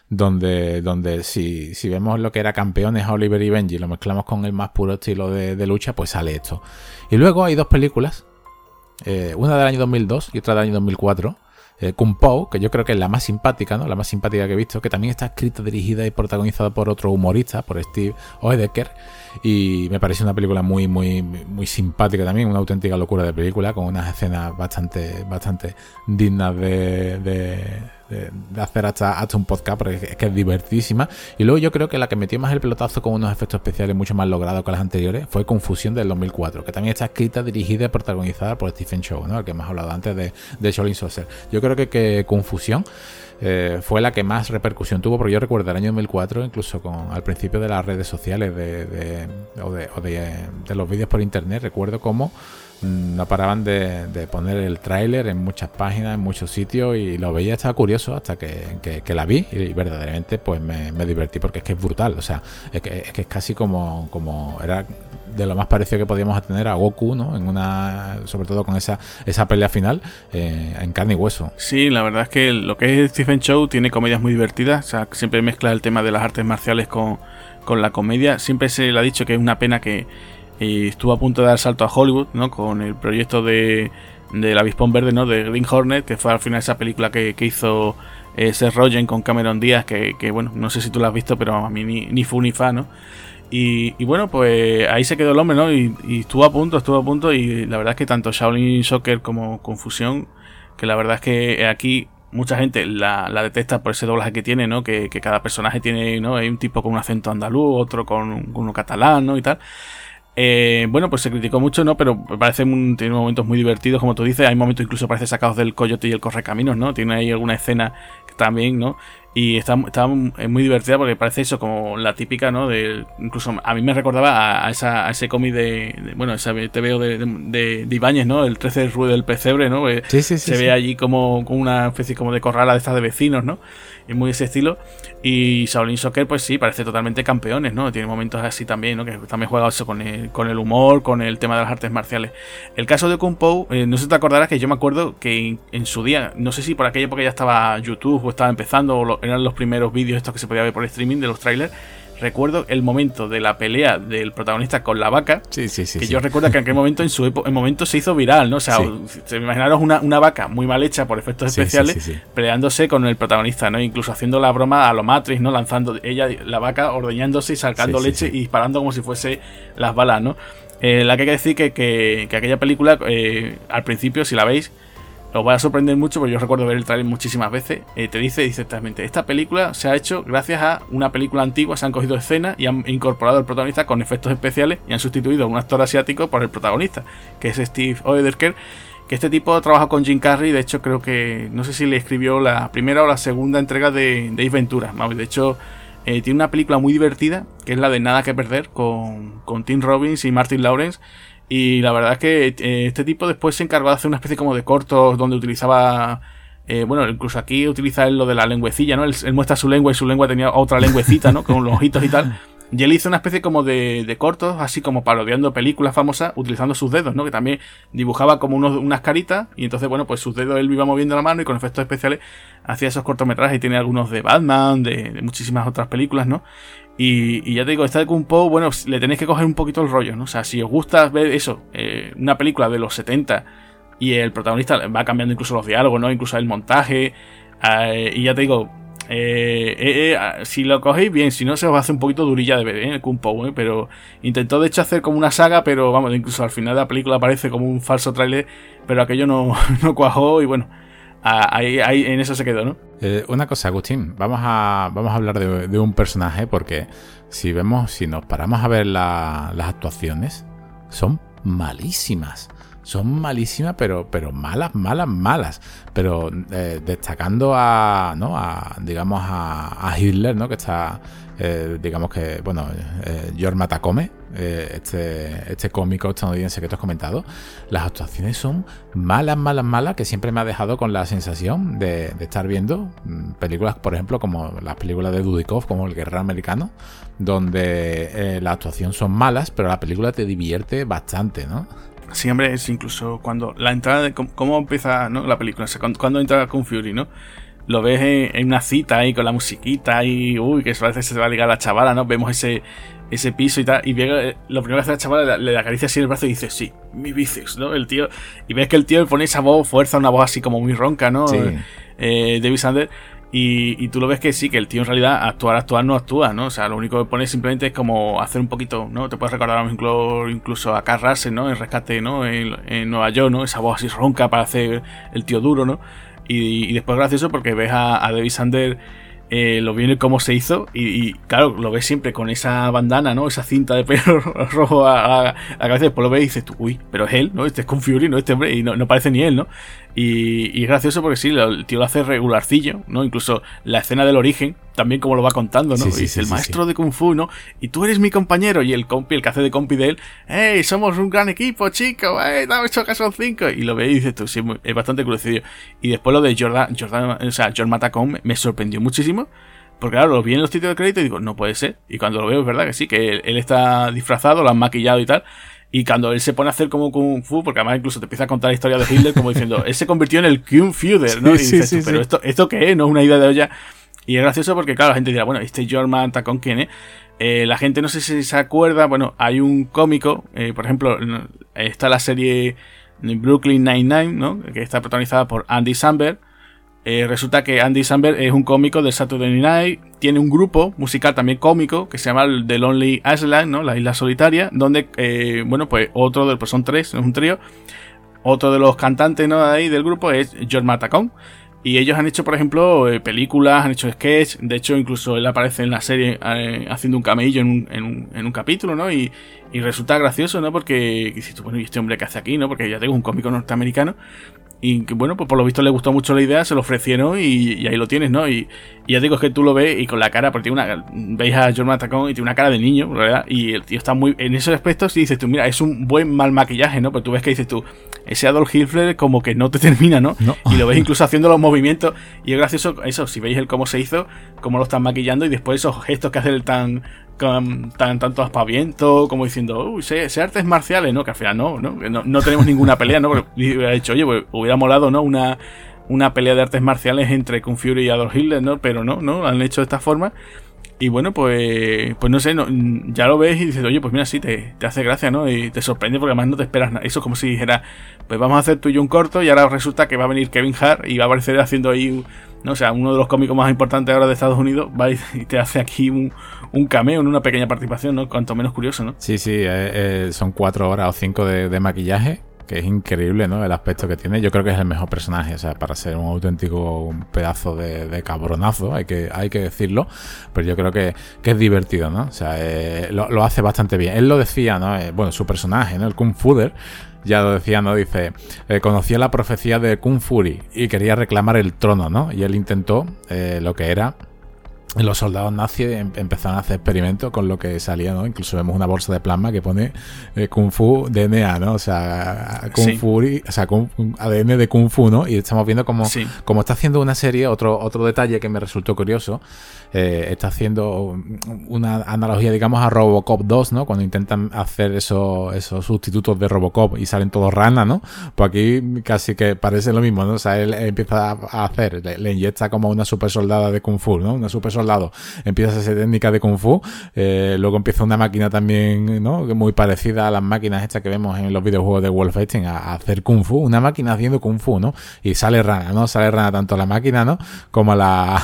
donde, donde si, si vemos lo que era Campeones, Oliver y Benji, lo mezclamos con el más puro estilo de, de lucha, pues sale esto. Y luego hay dos películas, eh, una del año dos mil dos y otra del año dos mil cuatro, eh, Kung Po, que yo creo que es la más simpática, ¿no? La más simpática que he visto, que también está escrita, dirigida y protagonizada por otro humorista, por Steve Oedeker, y me parece una película muy, muy, muy simpática también, una auténtica locura de película, con unas escenas bastante, bastante dignas de, de, de, de hacer hasta, hasta un podcast, porque es que es divertísima. Y luego yo creo que la que metió más el pelotazo con unos efectos especiales mucho más logrados que las anteriores fue Confusión del dos mil cuatro, que también está escrita, dirigida y protagonizada por Stephen Chow, ¿no? El que hemos hablado antes de, de Shaolin Soccer. Yo creo que, que Confusión Eh, fue la que más repercusión tuvo, porque yo recuerdo el año dos mil cuatro, incluso con al principio de las redes sociales de, de, o, de, o de, de los vídeos por internet, recuerdo cómo mmm, no paraban de, de poner el tráiler en muchas páginas, en muchos sitios, y lo veía, estaba curioso hasta que, que, que la vi y verdaderamente pues me, me divertí, porque es que es brutal. O sea, es que es, que es casi como, como era de lo más parecido que podíamos tener a Goku, ¿no? En una, sobre todo con esa, esa pelea final eh, en carne y hueso. Sí, la verdad es que lo que es Stephen Chow tiene comedias muy divertidas. O sea, siempre mezcla el tema de las artes marciales con, con la comedia. Siempre se le ha dicho que es una pena que eh, estuvo a punto de dar salto a Hollywood, ¿no? Con el proyecto de del Avispón Verde, ¿no? De Green Hornet, que fue al final esa película que, que hizo eh, Seth Rogen con Cameron Díaz, que, que bueno, no sé si tú la has visto, pero a mí ni, ni fu ni fa, ¿no? Y, y bueno, pues ahí se quedó el hombre, ¿no? Y, y estuvo a punto, estuvo a punto. Y la verdad es que tanto Shaolin Soccer como Confusión, que la verdad es que aquí mucha gente la, la detesta por ese doblaje que tiene, ¿no? Que, que cada personaje tiene, ¿no? Hay un tipo con un acento andaluz, otro con, con uno catalán, ¿no? Y tal. Eh, bueno, pues se criticó mucho, ¿no? Pero parece un, tiene momentos muy divertidos, como tú dices. Hay momentos incluso parece sacados del Coyote y el Correcaminos, ¿no? Tiene ahí alguna escena que también, ¿no? Y está, está muy divertida porque parece eso como la típica, ¿no? De, incluso a mí me recordaba a, a, esa, a ese cómic de, de, bueno, ese T V O de, de, de, de Ibáñez, ¿no? El trece del ruido del pesebre, ¿no? Sí, sí, sí, se sí. ve allí como, como una especie como de corrala de estas de vecinos, ¿no? Es muy ese estilo. Y Shaolin Soccer, pues sí, parece totalmente Campeones, ¿no? Tiene momentos así también, ¿no? Que también juega eso con el, con el humor, con el tema de las artes marciales. El caso de Kung Po, eh, no sé si te acordarás que yo me acuerdo que en, en su día, no sé si por aquella época ya estaba YouTube o estaba empezando, o lo, eran los primeros vídeos estos que se podía ver por streaming de los trailers. Recuerdo el momento de la pelea del protagonista con la vaca. Sí, sí, sí. Que sí. yo recuerdo que en aquel momento, en su época, en momento se hizo viral, ¿no? O sea, sí. Imaginaros una, una vaca muy mal hecha por efectos sí, especiales, sí, sí, sí. peleándose con el protagonista, ¿no? Incluso haciendo la broma a lo Matrix, ¿no? Lanzando ella, la vaca, ordeñándose y sacando sí, leche sí, sí. y disparando como si fuese las balas, ¿no? Eh, la que hay que decir que, que, que aquella película, eh, al principio, si la veis, os va a sorprender mucho, porque yo recuerdo ver el trailer muchísimas veces. Eh, te dice exactamente, esta película se ha hecho gracias a una película antigua, se han cogido escenas y han incorporado al protagonista con efectos especiales y han sustituido a un actor asiático por el protagonista, que es Steve Oedeker, que este tipo trabaja con Jim Carrey. De hecho creo que, no sé si le escribió la primera o la segunda entrega de, de Ace Ventura. De hecho eh, tiene una película muy divertida, que es la de Nada que Perder, con, con Tim Robbins y Martin Lawrence. Y la verdad es que eh, este tipo después se encargó de hacer una especie como de cortos donde utilizaba, eh, bueno, incluso aquí utiliza él lo de la lengüecilla, ¿no? Él, él muestra su lengua y su lengua tenía otra lengüecita, ¿no? Con los ojitos y tal. Y él hizo una especie como de, de cortos, así como parodiando películas famosas, utilizando sus dedos, ¿no? Que también dibujaba como unos, unas caritas, y entonces, bueno, pues sus dedos él iba moviendo la mano y con efectos especiales hacía esos cortometrajes. Y tiene algunos de Batman, de, de muchísimas otras películas, ¿no? Y, y ya te digo, esta de Kung Po, bueno, le tenéis que coger un poquito el rollo, ¿no? O sea, si os gusta ver eso, eh, una película de los setenta y el protagonista va cambiando incluso los diálogos, ¿no? Incluso el montaje, eh, y ya te digo, Eh, eh, eh, si lo cogéis bien, si no se os hace un poquito durilla de ver, ¿eh? El Kung Po, ¿eh? Pero intentó de hecho hacer como una saga, pero vamos, incluso al final de la película aparece como un falso tráiler, pero aquello no, no cuajó y bueno, ahí, ahí en eso se quedó, ¿no? Eh, una cosa, Agustín, vamos a, vamos a hablar de, de un personaje porque si vemos, si nos paramos a ver la, las actuaciones, son malísimas. Son malísimas, pero, pero malas, malas, malas. Pero eh, destacando a, ¿no? a, digamos, a, a Hitler, ¿no? Que está, eh, digamos que, bueno, eh, Jorma Taccone, eh, este, este cómico estadounidense que te has comentado, las actuaciones son malas, malas, malas, que siempre me ha dejado con la sensación de, de estar viendo películas, por ejemplo, como las películas de Dudikoff, como El Guerrero Americano, donde eh, la actuación son malas, pero la película te divierte bastante, ¿no? Sí, hombre, es incluso cuando la entrada de cómo, cómo empieza, ¿no? La película, o sea, cuando, cuando entra Kung Fury, ¿no? Lo ves en, en una cita ahí con la musiquita y uy, que parece que se va a ligar a la chavala, ¿no? Vemos ese, ese piso y tal, y ve, lo primero que hace la chavala le, le acaricia así el brazo y dice, sí, mi bíceps, ¿no? El tío, y ves que el tío le pone esa voz, fuerza, una voz así como muy ronca, ¿no? Sí. Eh, David Sanders. Y, y tú lo ves que sí, que el tío en realidad actuar, actuar no actúa, ¿no? O sea, lo único que pone simplemente es como hacer un poquito, ¿no? Te puedes recordar incluso, incluso a Carl Russell, ¿no? En Rescate, ¿no? En, en Nueva York, ¿no? Esa voz así ronca para hacer el tío duro, ¿no? Y, y después gracioso porque ves a, a David Sanders, eh, lo viene cómo se hizo y, y claro, lo ves siempre con esa bandana, ¿no? Esa cinta de pelo rojo a, a, a la cabeza, después lo ves y dices tú, uy, pero es él, ¿no? Este es Kung Fury, ¿no? Este hombre, y no, no parece ni él, ¿no? Y, y es gracioso porque sí, el tío lo hace regularcillo, ¿no? Incluso la escena del origen, también como lo va contando, ¿no? Sí, sí, y dice, sí, el sí, maestro sí. de Kung Fu, ¿no? Y tú eres mi compañero. Y el compi, el que hace de compi de él, ¡hey, somos un gran equipo, chicos! ¡Hey, dame ocho que son cinco! Y lo ves y dices tú, sí, es bastante crucillo. Y después lo de Jordan, Jordan o sea, Jorma Taccone me sorprendió muchísimo. Porque claro, lo vi en los títulos de crédito y digo, no puede ser. Y cuando lo veo es verdad que sí, que él, él está disfrazado, lo han maquillado y tal. Y cuando él se pone a hacer como Kung Fu, porque además incluso te empieza a contar la historia de Hitler como diciendo, él se convirtió en el Kung Fuder, ¿no? Sí, y sí, dices sí, tú, pero sí. esto, ¿esto qué es? ¿No es una idea de olla? Y es gracioso porque, claro, la gente dirá, bueno, este Jorma Taccone, ¿quién es? Eh, la gente no sé si se acuerda, bueno, hay un cómico, eh, por ejemplo, está la serie Brooklyn Nine-Nine, ¿no? Que está protagonizada por Andy Samberg. Eh, resulta que Andy Samberg es un cómico de Saturday Night, tiene un grupo musical también cómico que se llama The Lonely Island, ¿no? La isla solitaria, donde, eh, bueno, pues otro de, pues son tres, es un trío, otro de los cantantes, ¿no? De ahí del grupo es Jorma Taccone. Y ellos han hecho, por ejemplo, eh, películas, han hecho sketch. De hecho, incluso él aparece en la serie eh, haciendo un camello en un, en un, en un capítulo, ¿no? Y, y resulta gracioso, ¿no? Porque dices tú, bueno, ¿y este hombre qué hace aquí, no? Porque ya tengo un cómico norteamericano. Y que, bueno, pues por lo visto le gustó mucho la idea, se lo ofrecieron y, y ahí lo tienes, ¿no? Y, y ya digo, es que tú lo ves y con la cara, porque tiene una, veis a Jorma Taccone y tiene una cara de niño, ¿verdad? Y el tío está muy, en esos aspectos, y dices tú, mira, es un buen mal maquillaje, ¿no? Pero tú ves que dices tú, ese Adolf Hitler como que no te termina, ¿no? No. Y lo ves incluso haciendo los movimientos, y es gracioso eso, si veis el cómo se hizo, cómo lo están maquillando, y después esos gestos que hace el tan... Con tan, tanto aspaviento como diciendo, uy, sé, sé artes marciales, ¿no? Que al final no, ¿no? No, no tenemos ninguna pelea, ¿no? Porque hubiera dicho, oye, pues hubiera molado, ¿no? Una, una pelea de artes marciales entre Kung Fury y Adolf Hitler, ¿no? Pero no, ¿no? Han hecho de esta forma. Y bueno, pues pues no sé, no, ya lo ves y dices, oye, pues mira, sí, te, te hace gracia, ¿no? Y te sorprende porque además no te esperas nada. Eso es como si dijera, pues vamos a hacer tú y yo un corto y ahora resulta que va a venir Kevin Hart y va a aparecer haciendo ahí, no o sea, uno de los cómicos más importantes ahora de Estados Unidos, va y te hace aquí un, un cameo en una pequeña participación, ¿no? Cuanto menos curioso, ¿no? Sí, sí, eh, eh, son cuatro horas o cinco de, de maquillaje, que es increíble, ¿no? El aspecto que tiene. Yo creo que es el mejor personaje, o sea, para ser un auténtico un pedazo de, de cabronazo, hay que, hay que decirlo, pero yo creo que, que es divertido, ¿no? O sea, eh, lo, lo hace bastante bien. Él lo decía, ¿no? Eh, bueno, su personaje, ¿no? El Kung Fuder, ya lo decía, ¿no? Dice, eh, conocía la profecía de Kung Fury y quería reclamar el trono, ¿no? Y él intentó eh, lo que era... Los soldados nazis em- empezaron a hacer experimentos con lo que salía, ¿no? Incluso vemos una bolsa de plasma que pone eh, Kung Fu D N A, ¿no? O sea, Kung Sí. Fu, o sea, Kung- A D N de Kung Fu, ¿no? Y estamos viendo cómo, Sí. cómo está haciendo una serie, otro, otro detalle que me resultó curioso, eh, está haciendo una analogía, digamos, a Robocop dos, ¿no? Cuando intentan hacer esos, esos sustitutos de Robocop y salen todos ranas, ¿no? Pues aquí casi que parece lo mismo, ¿no? O sea, él empieza a hacer, le, le inyecta como una super soldada de Kung Fu, ¿no? Una super soldada soldado empiezas a hacer técnicas de Kung Fu, eh, luego empieza una máquina también, ¿no? Muy parecida a las máquinas estas que vemos en los videojuegos de Wolfenstein, a, a hacer Kung Fu, una máquina haciendo Kung Fu, ¿no? Y sale rana, ¿no? Sale rana tanto la máquina, ¿no? Como la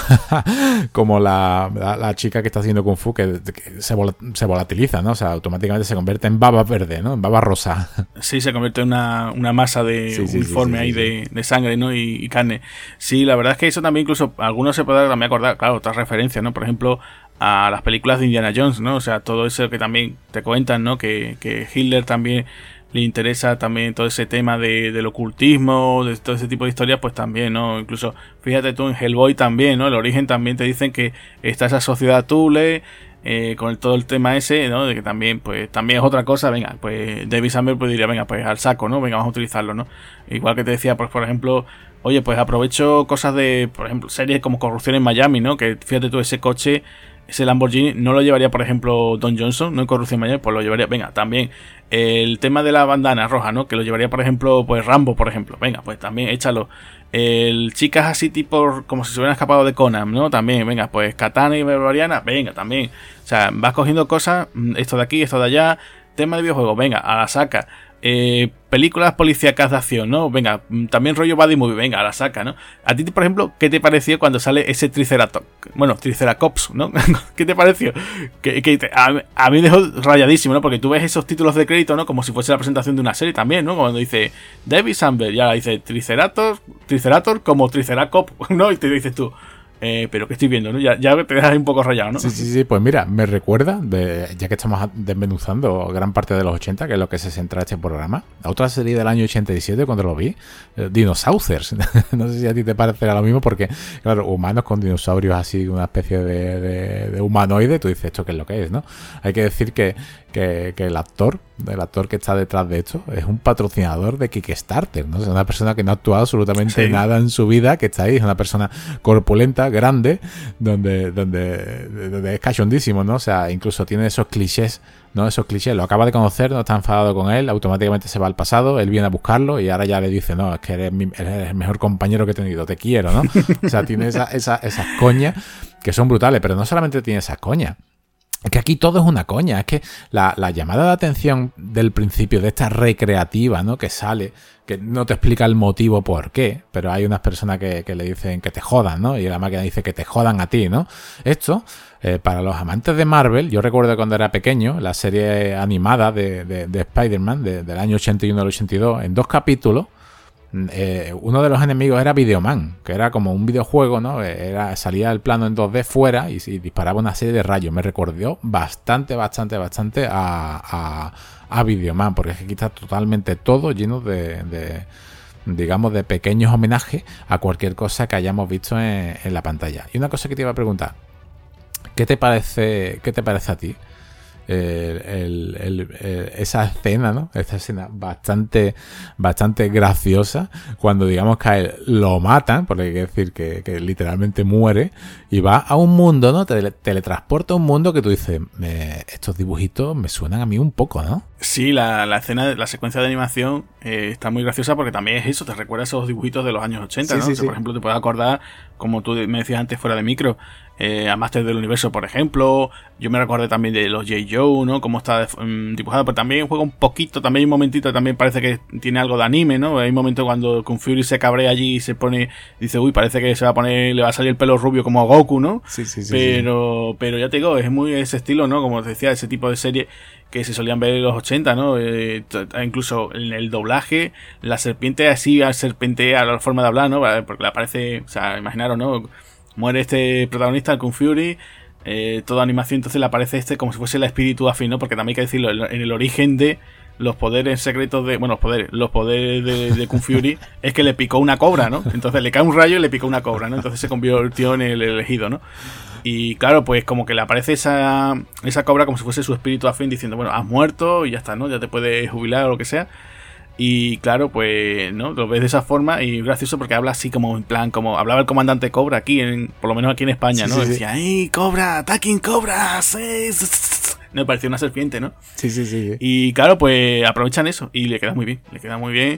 como la, la, la chica que está haciendo Kung Fu, que, que se, vol se volatiliza, ¿no? O sea, automáticamente se convierte en baba verde, ¿no? En baba rosa. Sí, se convierte en una, una masa de sí, sí, uniforme sí, sí, ahí sí, de, sí. de sangre, ¿no? Y, y carne. Sí, la verdad es que eso también incluso algunos se pueden también acordar, claro, otras referencias, ¿no? Por ejemplo, a las películas de Indiana Jones, ¿no? O sea, todo eso que también te cuentan, ¿no? Que, que Hitler también le interesa también todo ese tema de, del ocultismo, de todo ese tipo de historias, pues también, ¿no? Incluso, fíjate tú en Hellboy también, ¿no? El origen también te dicen que está esa sociedad Thule, eh, con el, todo el tema ese, ¿no? De que también, pues, también es otra cosa, venga, pues David Sandberg pues diría, venga, pues al saco, ¿no? Venga, vamos a utilizarlo, ¿no? Igual que te decía, pues, por ejemplo, oye, pues aprovecho cosas de, por ejemplo, series como Corrupción en Miami, ¿no? Que fíjate tú, ese coche, ese Lamborghini, no lo llevaría, por ejemplo, Don Johnson, ¿no? En Corrupción en Miami, pues lo llevaría, venga, también el tema de la bandana roja, ¿no? Que lo llevaría, por ejemplo, pues Rambo, por ejemplo, venga, pues también échalo. El chicas así tipo, como si se hubieran escapado de Conan, ¿no? También, venga, pues Katana y Barbariana, venga, también. O sea, vas cogiendo cosas, esto de aquí, esto de allá, tema de videojuegos, venga, a la saca. Eh, películas policíacas de acción, ¿no? Venga, también rollo Buddy Movie, venga, a la saca, ¿no? A ti, por ejemplo, ¿qué te pareció cuando sale ese Triceratops? Bueno, Triceratops, ¿no? ¿Qué te pareció? Que, que te, a, a mí me dejó rayadísimo, ¿no? Porque tú ves esos títulos de crédito, ¿no? Como si fuese la presentación de una serie también, ¿no? Cuando dice David Sandberg, ya dice Triceratops, Triceratops como Triceratops, ¿no? Y te dices tú, Eh, pero que estoy viendo, ¿no? Ya, ya te dejas un poco rayado, ¿no? Sí, sí, sí, pues mira, me recuerda, de, ya que estamos desmenuzando gran parte de los ochenta, que es lo que se centra este programa, a otra serie del año ochenta y siete cuando lo vi, eh, Dinosaurs. No sé si a ti te parecerá lo mismo, porque, claro, humanos con dinosaurios así, una especie de, de, de humanoide, tú dices, ¿esto qué es lo que es, no? Hay que decir que, que, que el actor, el actor que está detrás de esto, es un patrocinador de Kickstarter, ¿no? Es una persona que no ha actuado absolutamente sí. nada en su vida, que está ahí, es una persona corpulenta, grande, donde, donde, donde es cachondísimo, ¿no? O sea, incluso tiene esos clichés, ¿no? Esos clichés, lo acaba de conocer, no está enfadado con él, automáticamente se va al pasado, él viene a buscarlo y ahora ya le dice, no, es que eres, mi, eres el mejor compañero que he tenido, te quiero, ¿no? O sea, tiene esa, esa, esas coñas que son brutales, pero no solamente tiene esas coñas. Es que aquí todo es una coña, es que la, la llamada de atención del principio de esta recreativa, ¿no? Que sale, que no te explica el motivo por qué, pero hay unas personas que, que le dicen que te jodan, ¿no? Y la máquina dice que te jodan a ti, ¿no? Esto, eh, para los amantes de Marvel, yo recuerdo cuando era pequeño, la serie animada de, de, de Spider-Man, de, del año ochenta y uno al ochenta y dos, en dos capítulos, Eh, uno de los enemigos era Videoman, que era como un videojuego, ¿no? Era, salía el plano en dos D fuera y, y disparaba una serie de rayos. Me recordó bastante, bastante, bastante a, a, a Videoman, porque es que aquí está totalmente todo lleno de, de, digamos, de pequeños homenajes a cualquier cosa que hayamos visto en, en la pantalla. Y una cosa que te iba a preguntar, ¿qué te parece, qué te parece a ti? El, el, el, el, esa escena, ¿no? Esta escena bastante, bastante graciosa, cuando digamos que a él lo matan, porque hay que decir que, que literalmente muere, y va a un mundo, ¿no? Tele, teletransporta a un mundo que tú dices, eh, estos dibujitos me suenan a mí un poco, ¿no? Sí, la, la escena, la secuencia de animación eh, está muy graciosa porque también es eso, te recuerda esos dibujitos de los años ochenta, sí, ¿no? Sí, o sea, sí. Por ejemplo, te puedes acordar, como tú me decías antes fuera de micro, eh, a Masters del Universo, por ejemplo. Yo me recuerdo también de los J. Joe, ¿no? Cómo está um, dibujado, pero también juega un poquito, también hay un momentito, también parece que tiene algo de anime, ¿no? Hay un momento cuando Kung Fury se cabrea allí y se pone, dice, uy, parece que se va a poner, le va a salir el pelo rubio como a Goku, ¿no? Sí, sí, sí. Pero, sí. pero ya te digo, es muy ese estilo, ¿no? Como te decía, ese tipo de serie que se solían ver en los ochenta, ¿no? Eh, incluso en el doblaje, la serpiente así serpentea a la forma de hablar, ¿no? Porque le aparece, o sea, imaginaros, ¿no? Muere este protagonista, el Kung Fury, eh, toda animación, entonces le aparece este como si fuese el espíritu afín, ¿no? Porque también hay que decirlo, en el origen de los poderes secretos de... Bueno, los poderes, los poderes de, de Kung Fury es que le picó una cobra, ¿no? Entonces le cae un rayo y le picó una cobra, ¿no? Entonces se convirtió en el elegido, ¿no? Y claro, pues como que le aparece esa, esa cobra como si fuese su espíritu afín diciendo, bueno, has muerto y ya está, ¿no? Ya te puedes jubilar o lo que sea. Y claro, pues, ¿no? Lo ves de esa forma y es gracioso porque habla así como en plan, como hablaba el comandante Cobra aquí, en, por lo menos aquí en España, sí, ¿no? Sí, decía, ¡ey, Cobra! ¡Attacking Cobra! ¡Sí! Me pareció una serpiente, ¿no? Sí, sí, sí. Y claro, pues aprovechan eso y le queda muy bien, le queda muy bien.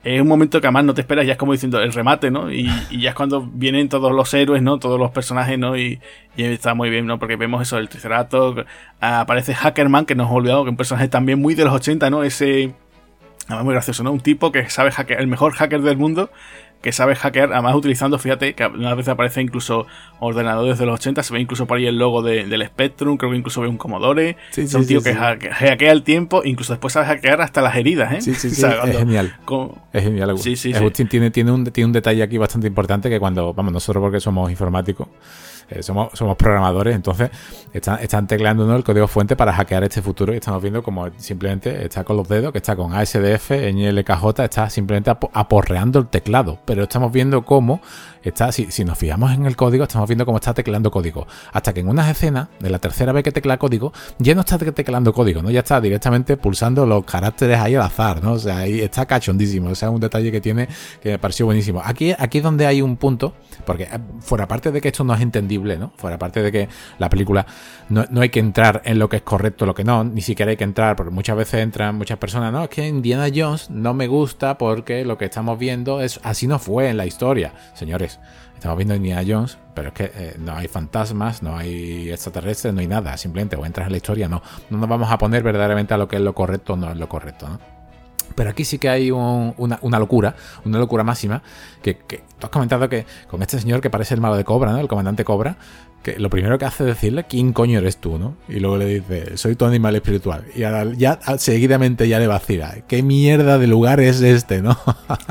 es un momento que además no te esperas, ya es como diciendo el remate, ¿no? Y, y ya es cuando vienen todos los héroes, ¿no? Todos los personajes, ¿no? Y, y está muy bien, ¿no? Porque vemos eso, el Triceratops, aparece Hackerman, que nos hemos olvidado, que es un personaje también muy de los ochenta, ¿no? Ese... Además muy gracioso, ¿no? Un tipo que sabe hackear, el mejor hacker del mundo, que sabe hackear, además utilizando, fíjate, que una vez aparece incluso ordenadores de los ochenta, se ve incluso por ahí el logo de, del Spectrum, creo que incluso ve un Commodore, sí, es sí, un tío sí, que sí. hackea, hackea el tiempo, incluso después sabe hackear hasta las heridas, ¿eh? Sí, sí, sí, o sea, cuando, es genial. Con... Es genial. Sí, sí, Agustín sí. tiene, tiene, un, tiene un detalle aquí bastante importante que cuando, vamos, nosotros porque somos informáticos, Eh, somos, somos programadores, entonces están, están tecleando, ¿no?, el código fuente para hackear este futuro y estamos viendo como simplemente está con los dedos, que está con A S D F, N L K J, está simplemente ap- aporreando el teclado, pero estamos viendo cómo está, si, si nos fijamos en el código, estamos viendo cómo está tecleando código, hasta que en unas escenas, de la tercera vez que teclea código, ya no está tecleando código, ¿no? Ya está directamente pulsando los caracteres ahí al azar, ¿no? O sea, ahí está cachondísimo, o sea, es un detalle que tiene que me pareció buenísimo. Aquí, aquí es donde hay un punto, porque fuera parte de que esto no es entendible, ¿no? Fuera parte de que la película no, no hay que entrar en lo que es correcto, lo que no, ni siquiera hay que entrar, porque muchas veces entran muchas personas, no, es que Indiana Jones no me gusta porque lo que estamos viendo es así no fue en la historia. Señores, estamos viendo Indiana Jones, pero es que eh, no hay fantasmas, no hay extraterrestres, no hay nada, simplemente o entras en la historia, no, no nos vamos a poner verdaderamente a lo que es lo correcto o no es lo correcto, ¿no? Pero aquí sí que hay un, una, una locura, una locura máxima, que, que tú has comentado que con este señor que parece el malo de Cobra, ¿no? El comandante Cobra, que lo primero que hace es decirle, ¿quién coño eres tú, no? Y luego le dice, soy tu animal espiritual. Y ahora ya seguidamente ya le vacila, ¿qué mierda de lugar es este, no?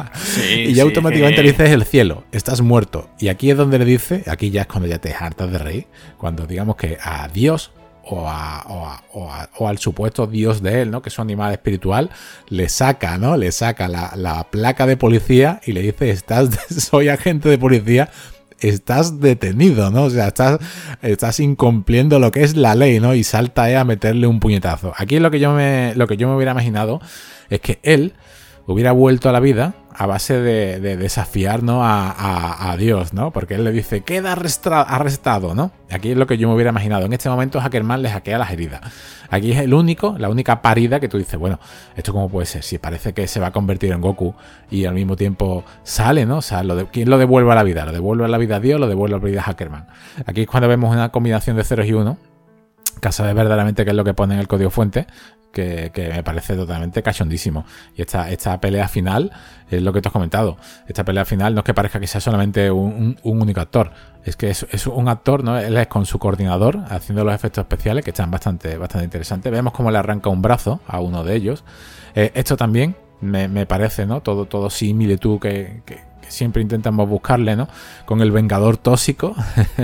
Sí, y ya sí, automáticamente que... le dices el cielo, estás muerto. Y aquí es donde le dice, aquí ya es cuando ya te hartas de reír, cuando digamos que a Dios... O, a, o, a, o, a, o al supuesto dios de él, ¿no?, que es un animal espiritual, le saca, ¿no? Le saca la, la placa de policía y le dice, estás de, soy agente de policía, estás detenido, ¿no? O sea, estás, estás incumpliendo lo que es la ley, ¿no? Y salta eh, a meterle un puñetazo. Aquí lo que yo me, lo que yo me hubiera imaginado es que él hubiera vuelto a la vida a base de, de desafiar, ¿no?, a, a, a Dios, ¿no? Porque él le dice, queda arrestra, arrestado, ¿no? Aquí es lo que yo me hubiera imaginado. En este momento Hackerman le hackea las heridas. Aquí es el único, la única parida que tú dices, bueno, ¿esto cómo puede ser? Si parece que se va a convertir en Goku y al mismo tiempo sale, ¿no? O sea, lo de, ¿quién lo devuelve a la vida? ¿Lo devuelve a la vida a Dios o lo devuelve a la vida a Hackerman? Aquí es cuando vemos una combinación de ceros y uno, que sabes verdaderamente qué es lo que pone en el código fuente, que, que me parece totalmente cachondísimo. Y esta, esta pelea final es lo que te has comentado. Esta pelea final no es que parezca que sea solamente un, un, un único actor, es que es, es un actor, ¿no? Él es con su coordinador haciendo los efectos especiales que están bastante, bastante interesantes. Vemos cómo le arranca un brazo a uno de ellos. Eh, esto también me, me parece, ¿no? Todo, todo similitud que, que siempre intentamos buscarle, ¿no? Con el Vengador Tóxico,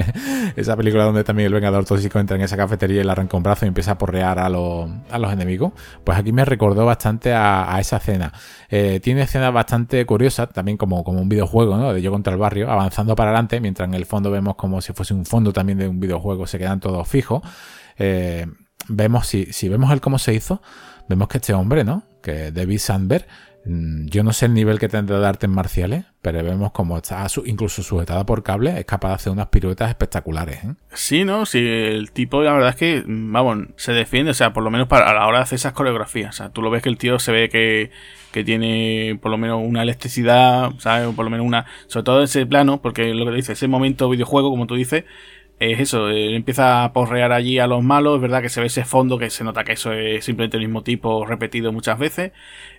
esa película donde también el Vengador Tóxico entra en esa cafetería y le arranca un brazo y empieza a porrear a, los, a los enemigos. Pues aquí me recordó bastante a, a esa escena. Eh, tiene escenas bastante curiosas, también como, como un videojuego, ¿no? De Yo contra el barrio, avanzando para adelante, mientras en el fondo vemos como si fuese un fondo también de un videojuego, se quedan todos fijos. Eh, vemos, si, si vemos el cómo se hizo, vemos que este hombre, ¿no? Que David Sandberg, yo no sé el nivel que tendrá de artes marciales, pero vemos como está incluso sujetada por cable, es capaz de hacer unas piruetas espectaculares, ¿eh? Sí, ¿no? Sí, el tipo, la verdad es que, vamos, se defiende, o sea, por lo menos para a la hora de hacer esas coreografías. O sea, tú lo ves que el tío se ve que, que tiene por lo menos una electricidad, ¿sabes? O por lo menos una... Sobre todo ese plano, porque lo que te dice, ese momento videojuego, como tú dices, es eso, él empieza a porrear allí a los malos, es verdad que se ve ese fondo, que se nota que eso es simplemente el mismo tipo repetido muchas veces.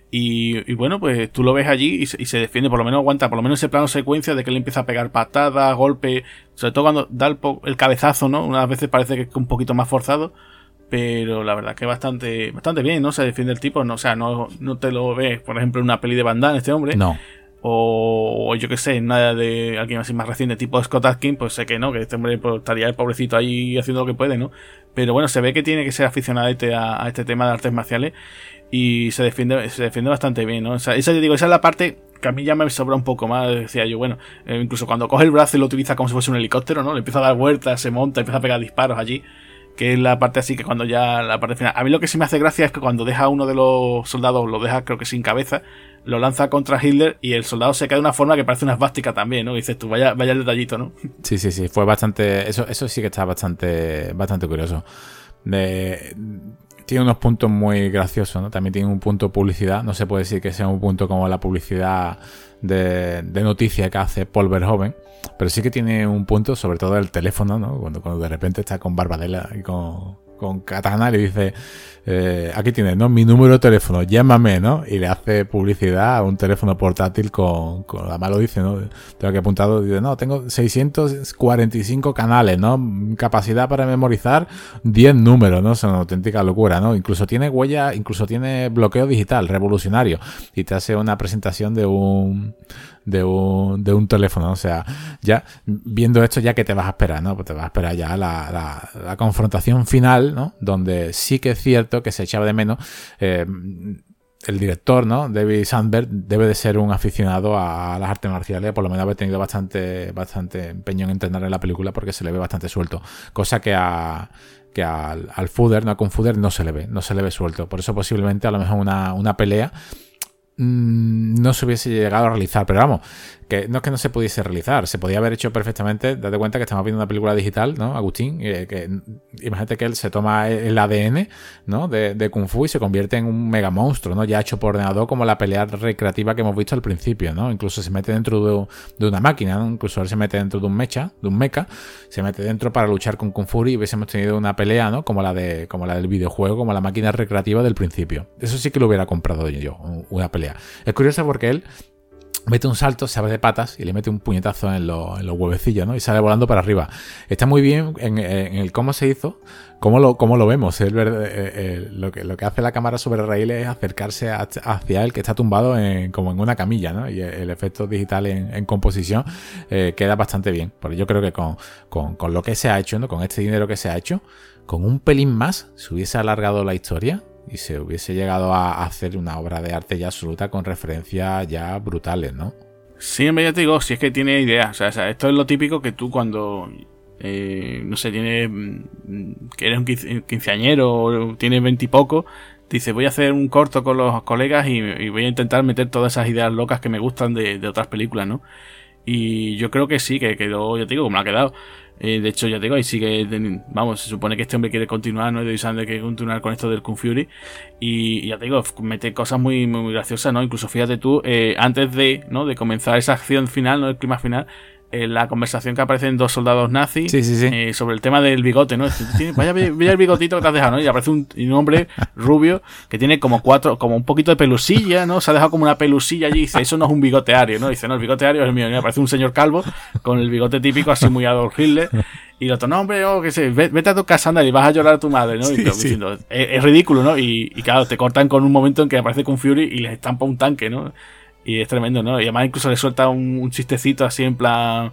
Y, y bueno, pues tú lo ves allí y se, y se defiende, por lo menos aguanta, por lo menos ese plano secuencia de que él empieza a pegar patadas, golpes, sobre todo cuando da el, el cabezazo, ¿no? Unas veces parece que es un poquito más forzado, pero la verdad que bastante bastante bien, ¿no? Se defiende el tipo, no, o sea, no, no te lo ves, por ejemplo, en una peli de Van Damme, este hombre. No. O, o yo que sé, nada de alguien así más reciente, tipo Scott Adkins, pues sé que no, que este hombre pues, estaría el pobrecito ahí haciendo lo que puede, ¿no? Pero bueno, se ve que tiene que ser aficionado a este, a, a este tema de artes marciales y se defiende se defiende bastante bien, ¿no? O sea, esa, digo, esa es la parte que a mí ya me sobra un poco más, decía yo, bueno, eh, incluso cuando coge el brazo y lo utiliza como si fuese un helicóptero, ¿no? Le empieza a dar vueltas, se monta, empieza a pegar disparos allí, que es la parte así que cuando ya la parte final. A mí lo que sí me hace gracia es que cuando deja a uno de los soldados, lo deja creo que sin cabeza, lo lanza contra Hitler y el soldado se cae de una forma que parece una esvástica también, ¿no? Y dices tú, vaya, vaya el detallito, ¿no? Sí, sí, sí, fue bastante... Eso, eso sí que está bastante, bastante curioso. De... tiene unos puntos muy graciosos, ¿no? También tiene un punto publicidad. No se puede decir que sea un punto como la publicidad de, de noticias que hace Paul Verhoeven, pero sí que tiene un punto, sobre todo el teléfono, ¿no? Cuando, cuando de repente está con Barbadella y con, con Katana, le dice, eh, aquí tienes, ¿no? Mi número de teléfono, llámame, ¿no? Y le hace publicidad a un teléfono portátil con, con además lo dice, ¿no? Tengo que apuntado, dice, no, tengo seiscientos cuarenta y cinco canales, ¿no? Capacidad para memorizar diez números, ¿no? Es una auténtica locura, ¿no? Incluso tiene huella, incluso tiene bloqueo digital, revolucionario. Y te hace una presentación de un... de un, de un teléfono, ¿no? O sea, ya viendo esto, ya que te vas a esperar, ¿no? Pues te vas a esperar ya la, la, la confrontación final, ¿no? Donde sí que es cierto que se echaba de menos eh, el director, ¿no? David Sandberg debe de ser un aficionado a las artes marciales, por lo menos haber tenido bastante, bastante empeño en entrenar en la película porque se le ve bastante suelto, cosa que a que al, al Fuder, no, con Fuder no se le ve, no se le ve suelto, por eso posiblemente a lo mejor una, una pelea no se hubiese llegado a realizar, pero vamos, que no es que no se pudiese realizar, se podía haber hecho perfectamente. Date cuenta que estamos viendo una película digital, ¿no, Agustín? Eh, que, imagínate que él se toma el A D N, ¿no? de, de Kung Fu y se convierte en un mega monstruo, ¿no? Ya hecho por ordenador, como la pelea recreativa que hemos visto al principio, ¿no? Incluso se mete dentro de, de una máquina, ¿no? Incluso él se mete dentro de un mecha, de un mecha, se mete dentro para luchar con Kung Fu y hubiésemos tenido una pelea, ¿no? Como la de, como la del videojuego, como la máquina recreativa del principio. Eso sí que lo hubiera comprado yo, una pelea. Es curioso porque él mete un salto, se abre de patas y le mete un puñetazo en, lo, en los huevecillos, ¿no? Y sale volando para arriba. Está muy bien en, en el cómo se hizo, cómo lo, cómo lo vemos. El, eh, eh, lo, que, lo que hace la cámara sobre el raíl es acercarse a, hacia él, que está tumbado en, como en una camilla, ¿no? Y el, el efecto digital en, en composición eh, queda bastante bien. Porque yo creo que con, con, con lo que se ha hecho, ¿no? Con este dinero que se ha hecho, con un pelín más se hubiese alargado la historia y se hubiese llegado a hacer una obra de arte ya absoluta con referencias ya brutales, ¿no? Sí, en ya te digo, si es que tiene ideas. O sea, o sea, esto es lo típico que tú cuando, eh, no sé, tienes, que eres un quinceañero o tienes veintipoco, dices, voy a hacer un corto con los colegas y, y voy a intentar meter todas esas ideas locas que me gustan de, de otras películas, ¿no? Y yo creo que sí, que quedó, ya te digo, como ha quedado. Eh, de hecho, ya te digo, ahí sigue, vamos, se supone que este hombre quiere continuar, ¿no? David Sandberg quiere continuar con esto del Kung Fury. Y, y ya te digo, mete cosas muy, muy graciosas, ¿no? Incluso fíjate tú, eh, antes de, ¿no? de comenzar esa acción final, ¿no? El clima final, eh, la conversación que aparecen dos soldados nazis sí, sí, sí. Eh, sobre el tema del bigote, ¿no? Vaya, vaya el bigotito que te has dejado, ¿no? Y aparece un, un hombre rubio que tiene como cuatro, como un poquito de pelusilla, ¿no? Se ha dejado como una pelusilla allí y dice, eso no es un bigoteario, ¿no? Dice, no, el bigoteario es el mío. Y aparece un señor calvo con el bigote típico así muy Adolf Hitler. Y el otro, no, hombre, oh, que sé, vete a tu casa, anda, y vas a llorar a tu madre, ¿no? Sí, y todo, sí. diciendo, es, es ridículo, ¿no? Y, y claro, te cortan con un momento en que aparece Kung Fury y les estampa un tanque, ¿no? Y es tremendo, ¿no? Y además incluso le suelta un, un chistecito así en plan...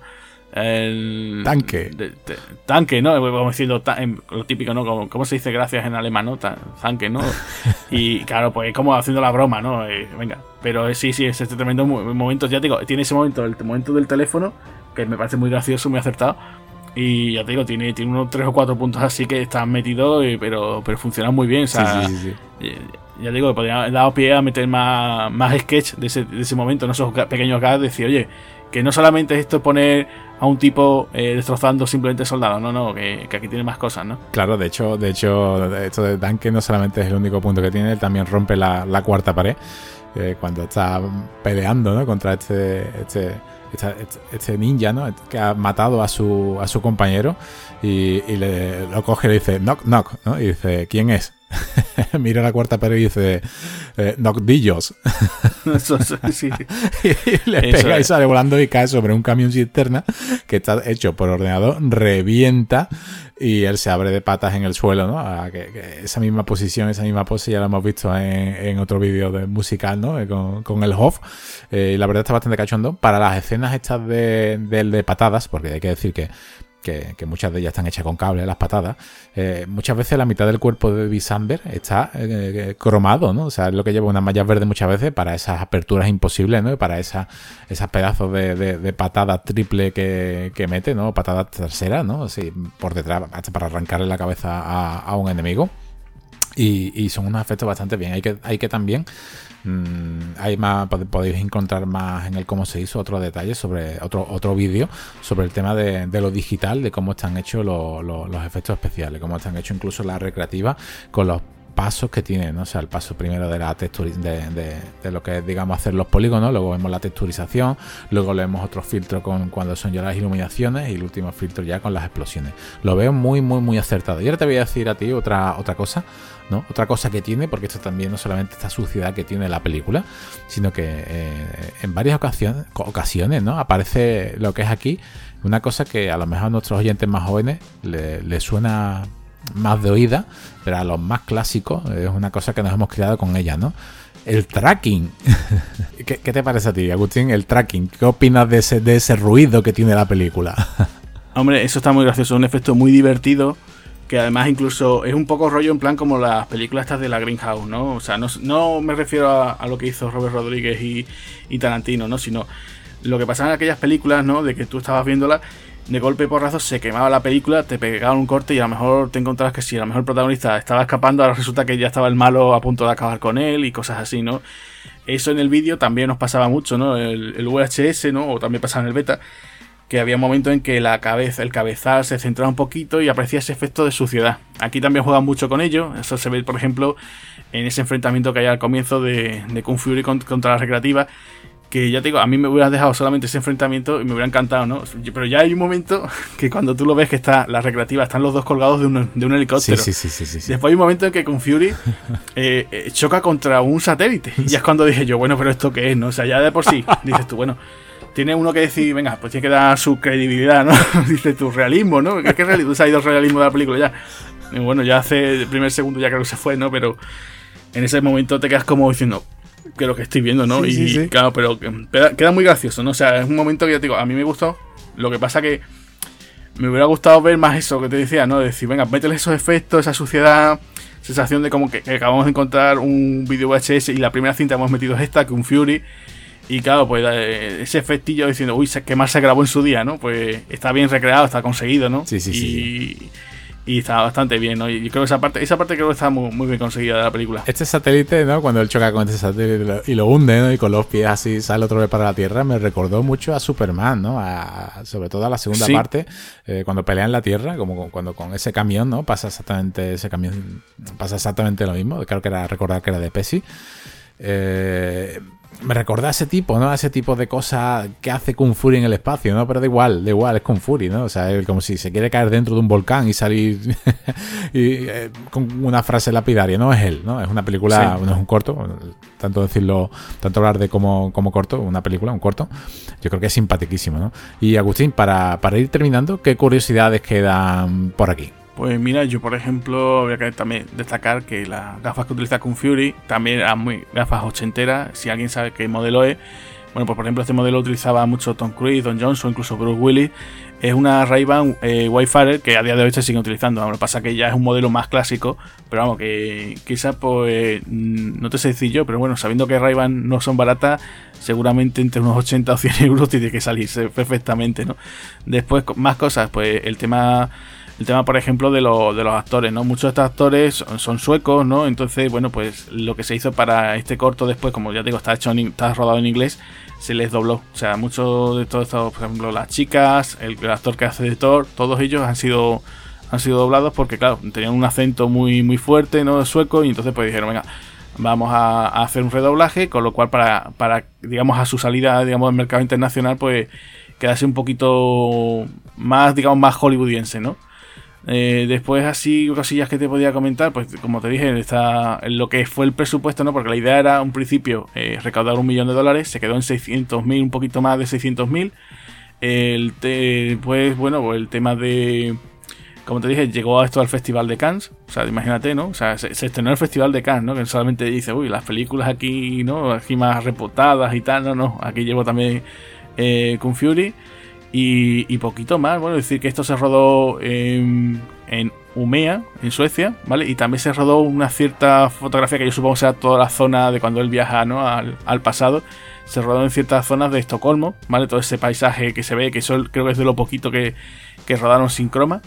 El tanque de, de, tanque, ¿no? Como diciendo ta, en, lo típico, ¿no? Como, ¿cómo se dice gracias en alemán, no? Ta, tanque, ¿no? Y claro, pues como haciendo la broma, ¿no? Eh, venga, pero eh, sí, sí, es este tremendo momento, ya te digo, tiene ese momento, el momento del teléfono, que me parece muy gracioso, muy acertado. Y ya te digo, tiene, tiene unos tres o cuatro puntos así que están metidos, eh, pero, pero funcionan muy bien. O sea, sí, sí, sí, sí. Eh, ya te digo, podría haber dado pie a meter más, más sketch de ese, de ese momento, ¿no? Esos pequeños gags, decir, oye, que no solamente es esto poner a un tipo eh, destrozando simplemente soldados, no, no, que, que aquí tiene más cosas, ¿no? Claro, de hecho, de hecho, esto de tanque no solamente es el único punto que tiene, él también rompe la, la cuarta pared eh, cuando está peleando, ¿no? Contra este, este, este, este ninja, ¿no? Que ha matado a su, a su compañero y, y le, lo coge y le dice knock, knock, ¿no? Y dice, ¿quién es? Mira la cuarta pared y dice eh, Knockdillos. Eso, sí. Y le Eso pega es. Y sale volando y cae sobre un camión cisterna que está hecho por ordenador, revienta y él se abre de patas en el suelo, ¿no? A que, que esa misma posición, esa misma pose ya la hemos visto en, en otro vídeo de musical, ¿no? Eh, con, con el Hoff. Eh, y la verdad está bastante cachondo. Para las escenas estas de, de, de patadas, porque hay que decir que Que, que muchas de ellas están hechas con cable, las patadas, eh, muchas veces la mitad del cuerpo de David Sandberg está eh, cromado, ¿no? O sea, es lo que lleva unas mallas verdes muchas veces para esas aperturas imposibles, ¿no? Y para esa, esas pedazos de, de, de patadas triple que, que mete, ¿no? Patadas traseras, ¿no? Así, por detrás, hasta para arrancarle la cabeza a, a un enemigo. Y, y son unos efectos bastante bien. Hay que, hay que también... Hay más, podéis encontrar más en el cómo se hizo otros detalles sobre otro otro vídeo sobre el tema de, de lo digital, de cómo están hechos los, los, los efectos especiales, cómo están hechos incluso las recreativas con los pasos que tiene, ¿no? O sea, el paso primero de la textura de, de, de lo que es, digamos, hacer los polígonos, luego vemos la texturización, luego vemos otro filtro con cuando son ya las iluminaciones y el último filtro ya con las explosiones. Lo veo muy, muy, muy acertado. Y ahora te voy a decir a ti otra, otra cosa, ¿no? Otra cosa que tiene, porque esto también no solamente esta suciedad que tiene la película, sino que eh, en varias ocasiones, ocasiones, ¿no? Aparece lo que es aquí, una cosa que a lo mejor a nuestros oyentes más jóvenes les le suena más de oída, pero a los más clásicos es una cosa que nos hemos criado con ella, ¿no? El tracking. ¿Qué, ¿Qué te parece a ti, Agustín? El tracking. ¿Qué opinas de ese, de ese ruido que tiene la película? Hombre, eso está muy gracioso, un efecto muy divertido, que además incluso es un poco rollo en plan como las películas estas de la Greenhouse, ¿no? O sea, no, no me refiero a, a lo que hizo Robert Rodríguez y, y Tarantino, ¿no? Sino lo que pasaba en aquellas películas, ¿no? De que tú estabas viéndola, de golpe y porrazo se quemaba la película, te pegaban un corte y a lo mejor te encontrabas que si a lo mejor el protagonista estaba escapando, ahora resulta que ya estaba el malo a punto de acabar con él y cosas así, ¿no? Eso en el vídeo también nos pasaba mucho, ¿no? El, el V H S, ¿no? O también pasaba en el beta, que había un momento en que la cabeza, el cabezal se centraba un poquito y aparecía ese efecto de suciedad. Aquí también juegan mucho con ello. Eso se ve, por ejemplo, en ese enfrentamiento que hay al comienzo de, de Kung Fury contra la recreativa, que ya te digo, a mí me hubieras dejado solamente ese enfrentamiento y me hubiera encantado, ¿no? Pero ya hay un momento que cuando tú lo ves que está la recreativa, están los dos colgados de un, de un helicóptero. Sí, sí, sí, sí, sí. Después hay un momento en que Kung Fury eh, eh, choca contra un satélite. Y ya es cuando dije yo, bueno, pero ¿esto qué es, no? O sea, ya de por sí, dices tú, bueno, tiene uno que decir, venga, pues tiene que dar su credibilidad, ¿no? Dices tú, realismo, ¿no? ¿Qué realismo? Se ha ido el realismo de la película ya. Y bueno, ya hace el primer segundo ya creo que se fue, ¿no? Pero en ese momento te quedas como diciendo que lo que estoy viendo, ¿no? Sí, y sí, sí. claro, pero queda, queda muy gracioso, ¿no? O sea, es un momento que ya te digo, a mí me gustó. Lo que pasa que me hubiera gustado ver más eso que te decía, ¿no? De decir, venga, métele esos efectos, esa suciedad, sensación de como que, que acabamos de encontrar un vídeo V H S y la primera cinta que hemos metido es esta, que un Fury. Y claro, pues ese efectillo diciendo, uy, que más se grabó en su día, ¿no? Pues está bien recreado, está conseguido, ¿no? Sí, sí, y, sí. Y está bastante bien, ¿no? Y creo que esa parte, esa parte creo que está muy, muy bien conseguida de la película. Este satélite, ¿no? Cuando él choca con este satélite y lo, y lo hunde, ¿no? Y con los pies así sale otra vez para la Tierra, me recordó mucho a Superman, ¿no? A, sobre todo a la segunda sí. parte, eh, cuando pelea en la Tierra, como con, cuando con ese camión, ¿no? Pasa exactamente ese camión, pasa exactamente lo mismo. Creo que era recordar que era de Pesci. Eh, me recuerda a ese tipo, ¿no? A ese tipo de cosas que hace Kung Fury en el espacio, ¿no? Pero da igual, da igual, es Kung Fury, ¿no? O sea, es como si se quiere caer dentro de un volcán y salir y, eh, con una frase lapidaria, no es él, ¿no? Es una película, sí. No es un corto, tanto decirlo, tanto hablar de como, como corto, una película, un corto, yo creo que es simpaticísimo, ¿no? Y Agustín, para, para ir terminando, ¿qué curiosidades quedan por aquí? Pues mira, yo por ejemplo voy a también destacar que las gafas que utiliza Kung Fury también eran muy gafas ochenteras. Si alguien sabe qué modelo es, bueno, pues por ejemplo este modelo utilizaba mucho Tom Cruise, Don Johnson, incluso Bruce Willis. Es una Ray-Ban eh, Wayfarer que a día de hoy se sigue utilizando. Lo que pasa es que ya es un modelo más clásico, pero vamos, que quizás pues no te sé decir yo, pero bueno, sabiendo que Ray-Ban no son baratas, seguramente entre unos ochenta o cien euros tiene que salirse perfectamente, ¿no? Después, más cosas, pues el tema... El tema, por ejemplo, de, lo, de los actores, ¿no? Muchos de estos actores son, son suecos, ¿no? Entonces, bueno, pues lo que se hizo para este corto después, como ya te digo, está hecho en, está rodado en inglés, se les dobló. O sea, muchos de todos estos, por ejemplo, las chicas, el, el actor que hace de Thor, todos ellos han sido han sido doblados porque, claro, tenían un acento muy muy fuerte, ¿no? Sueco, y entonces pues dijeron, venga, vamos a, a hacer un redoblaje, con lo cual para, para, digamos, a su salida, digamos, al mercado internacional, pues quedase un poquito más, digamos, más hollywoodiense, ¿no? Eh, después así cosillas que te podía comentar, pues como te dije, está en lo que fue el presupuesto, ¿no? Porque la idea era un principio eh, recaudar un millón de dólares, se quedó en seiscientos mil, un poquito más de seiscientos mil. El te, pues bueno, pues el tema de, como te dije, llegó a esto al Festival de Cannes, o sea, imagínate, ¿no? O sea, se, se estrenó el Festival de Cannes, ¿no? Que solamente dice, uy, las películas aquí, ¿no? Aquí más reputadas y tal, no, no, aquí llevo también eh, Kung Fury. Y, y poquito más, bueno, decir que esto se rodó en, en Umea, en Suecia, ¿vale? Y también se rodó una cierta fotografía que yo supongo sea toda la zona de cuando él viaja, ¿no? al, al pasado. Se rodó en ciertas zonas de Estocolmo, ¿vale? Todo ese paisaje que se ve, que eso creo que es de lo poquito que, que rodaron sin croma.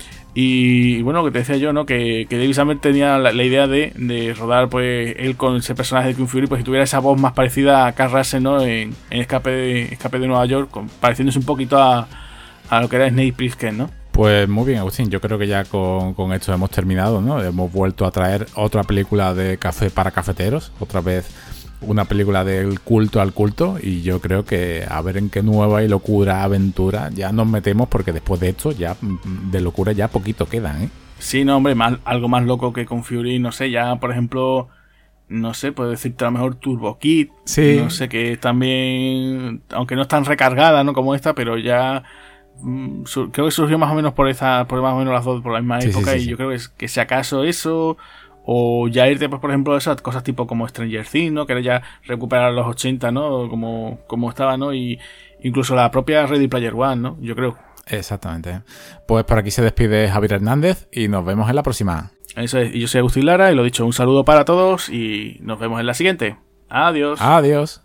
Y, y bueno, lo que te decía yo, ¿no? Que, que David Sammer tenía la, la idea de, de rodar, pues, él con ese personaje de Kung Fury, pues, si tuviera esa voz más parecida a Kurt Russell, ¿no? En, en Escape de, Escape de Nueva York, con, pareciéndose un poquito a, a lo que era Snake Plissken, ¿no? Pues muy bien, Agustín, yo creo que ya con, con esto hemos terminado, ¿no? Hemos vuelto a traer otra película de café para cafeteros, otra vez una película del culto al culto, y yo creo que a ver en qué nueva y locura aventura ya nos metemos, porque después de esto ya de locura ya poquito quedan, ¿eh? Sí, no, hombre, más, algo más loco que con Fury, no sé, ya por ejemplo, no sé, puedo decirte a lo mejor Turbo Kid, sí. No sé, que también, aunque no es tan recargada, ¿no? Como esta, pero ya mmm, sur, creo que surgió más o menos por esa, por más o menos las dos por la misma sí, época, sí, sí, y sí. yo creo que, es, que si acaso eso, o ya irte, pues por ejemplo, a esas cosas tipo como Stranger Things, ¿no? Que era ya recuperar los ochenta, ¿no? Como, como estaba, ¿no? Y incluso la propia Ready Player One, ¿no? Yo creo. Exactamente. Pues por aquí se despide Javier Hernández y nos vemos en la próxima. Eso es, y yo soy Agustín Lara y lo dicho, un saludo para todos y nos vemos en la siguiente. Adiós. Adiós.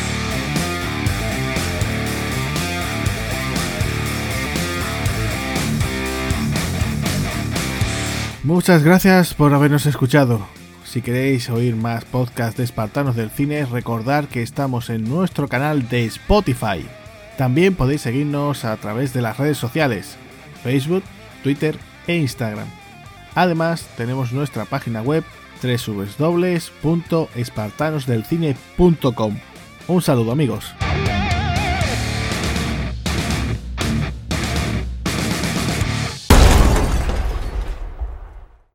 Muchas gracias por habernos escuchado. Si queréis oír más podcasts de Espartanos del Cine, recordad que estamos en nuestro canal de Spotify. También podéis seguirnos a través de las redes sociales, Facebook, Twitter e Instagram. Además, tenemos nuestra página web doble u doble u doble u punto espartanos del cine punto com. Un saludo, amigos.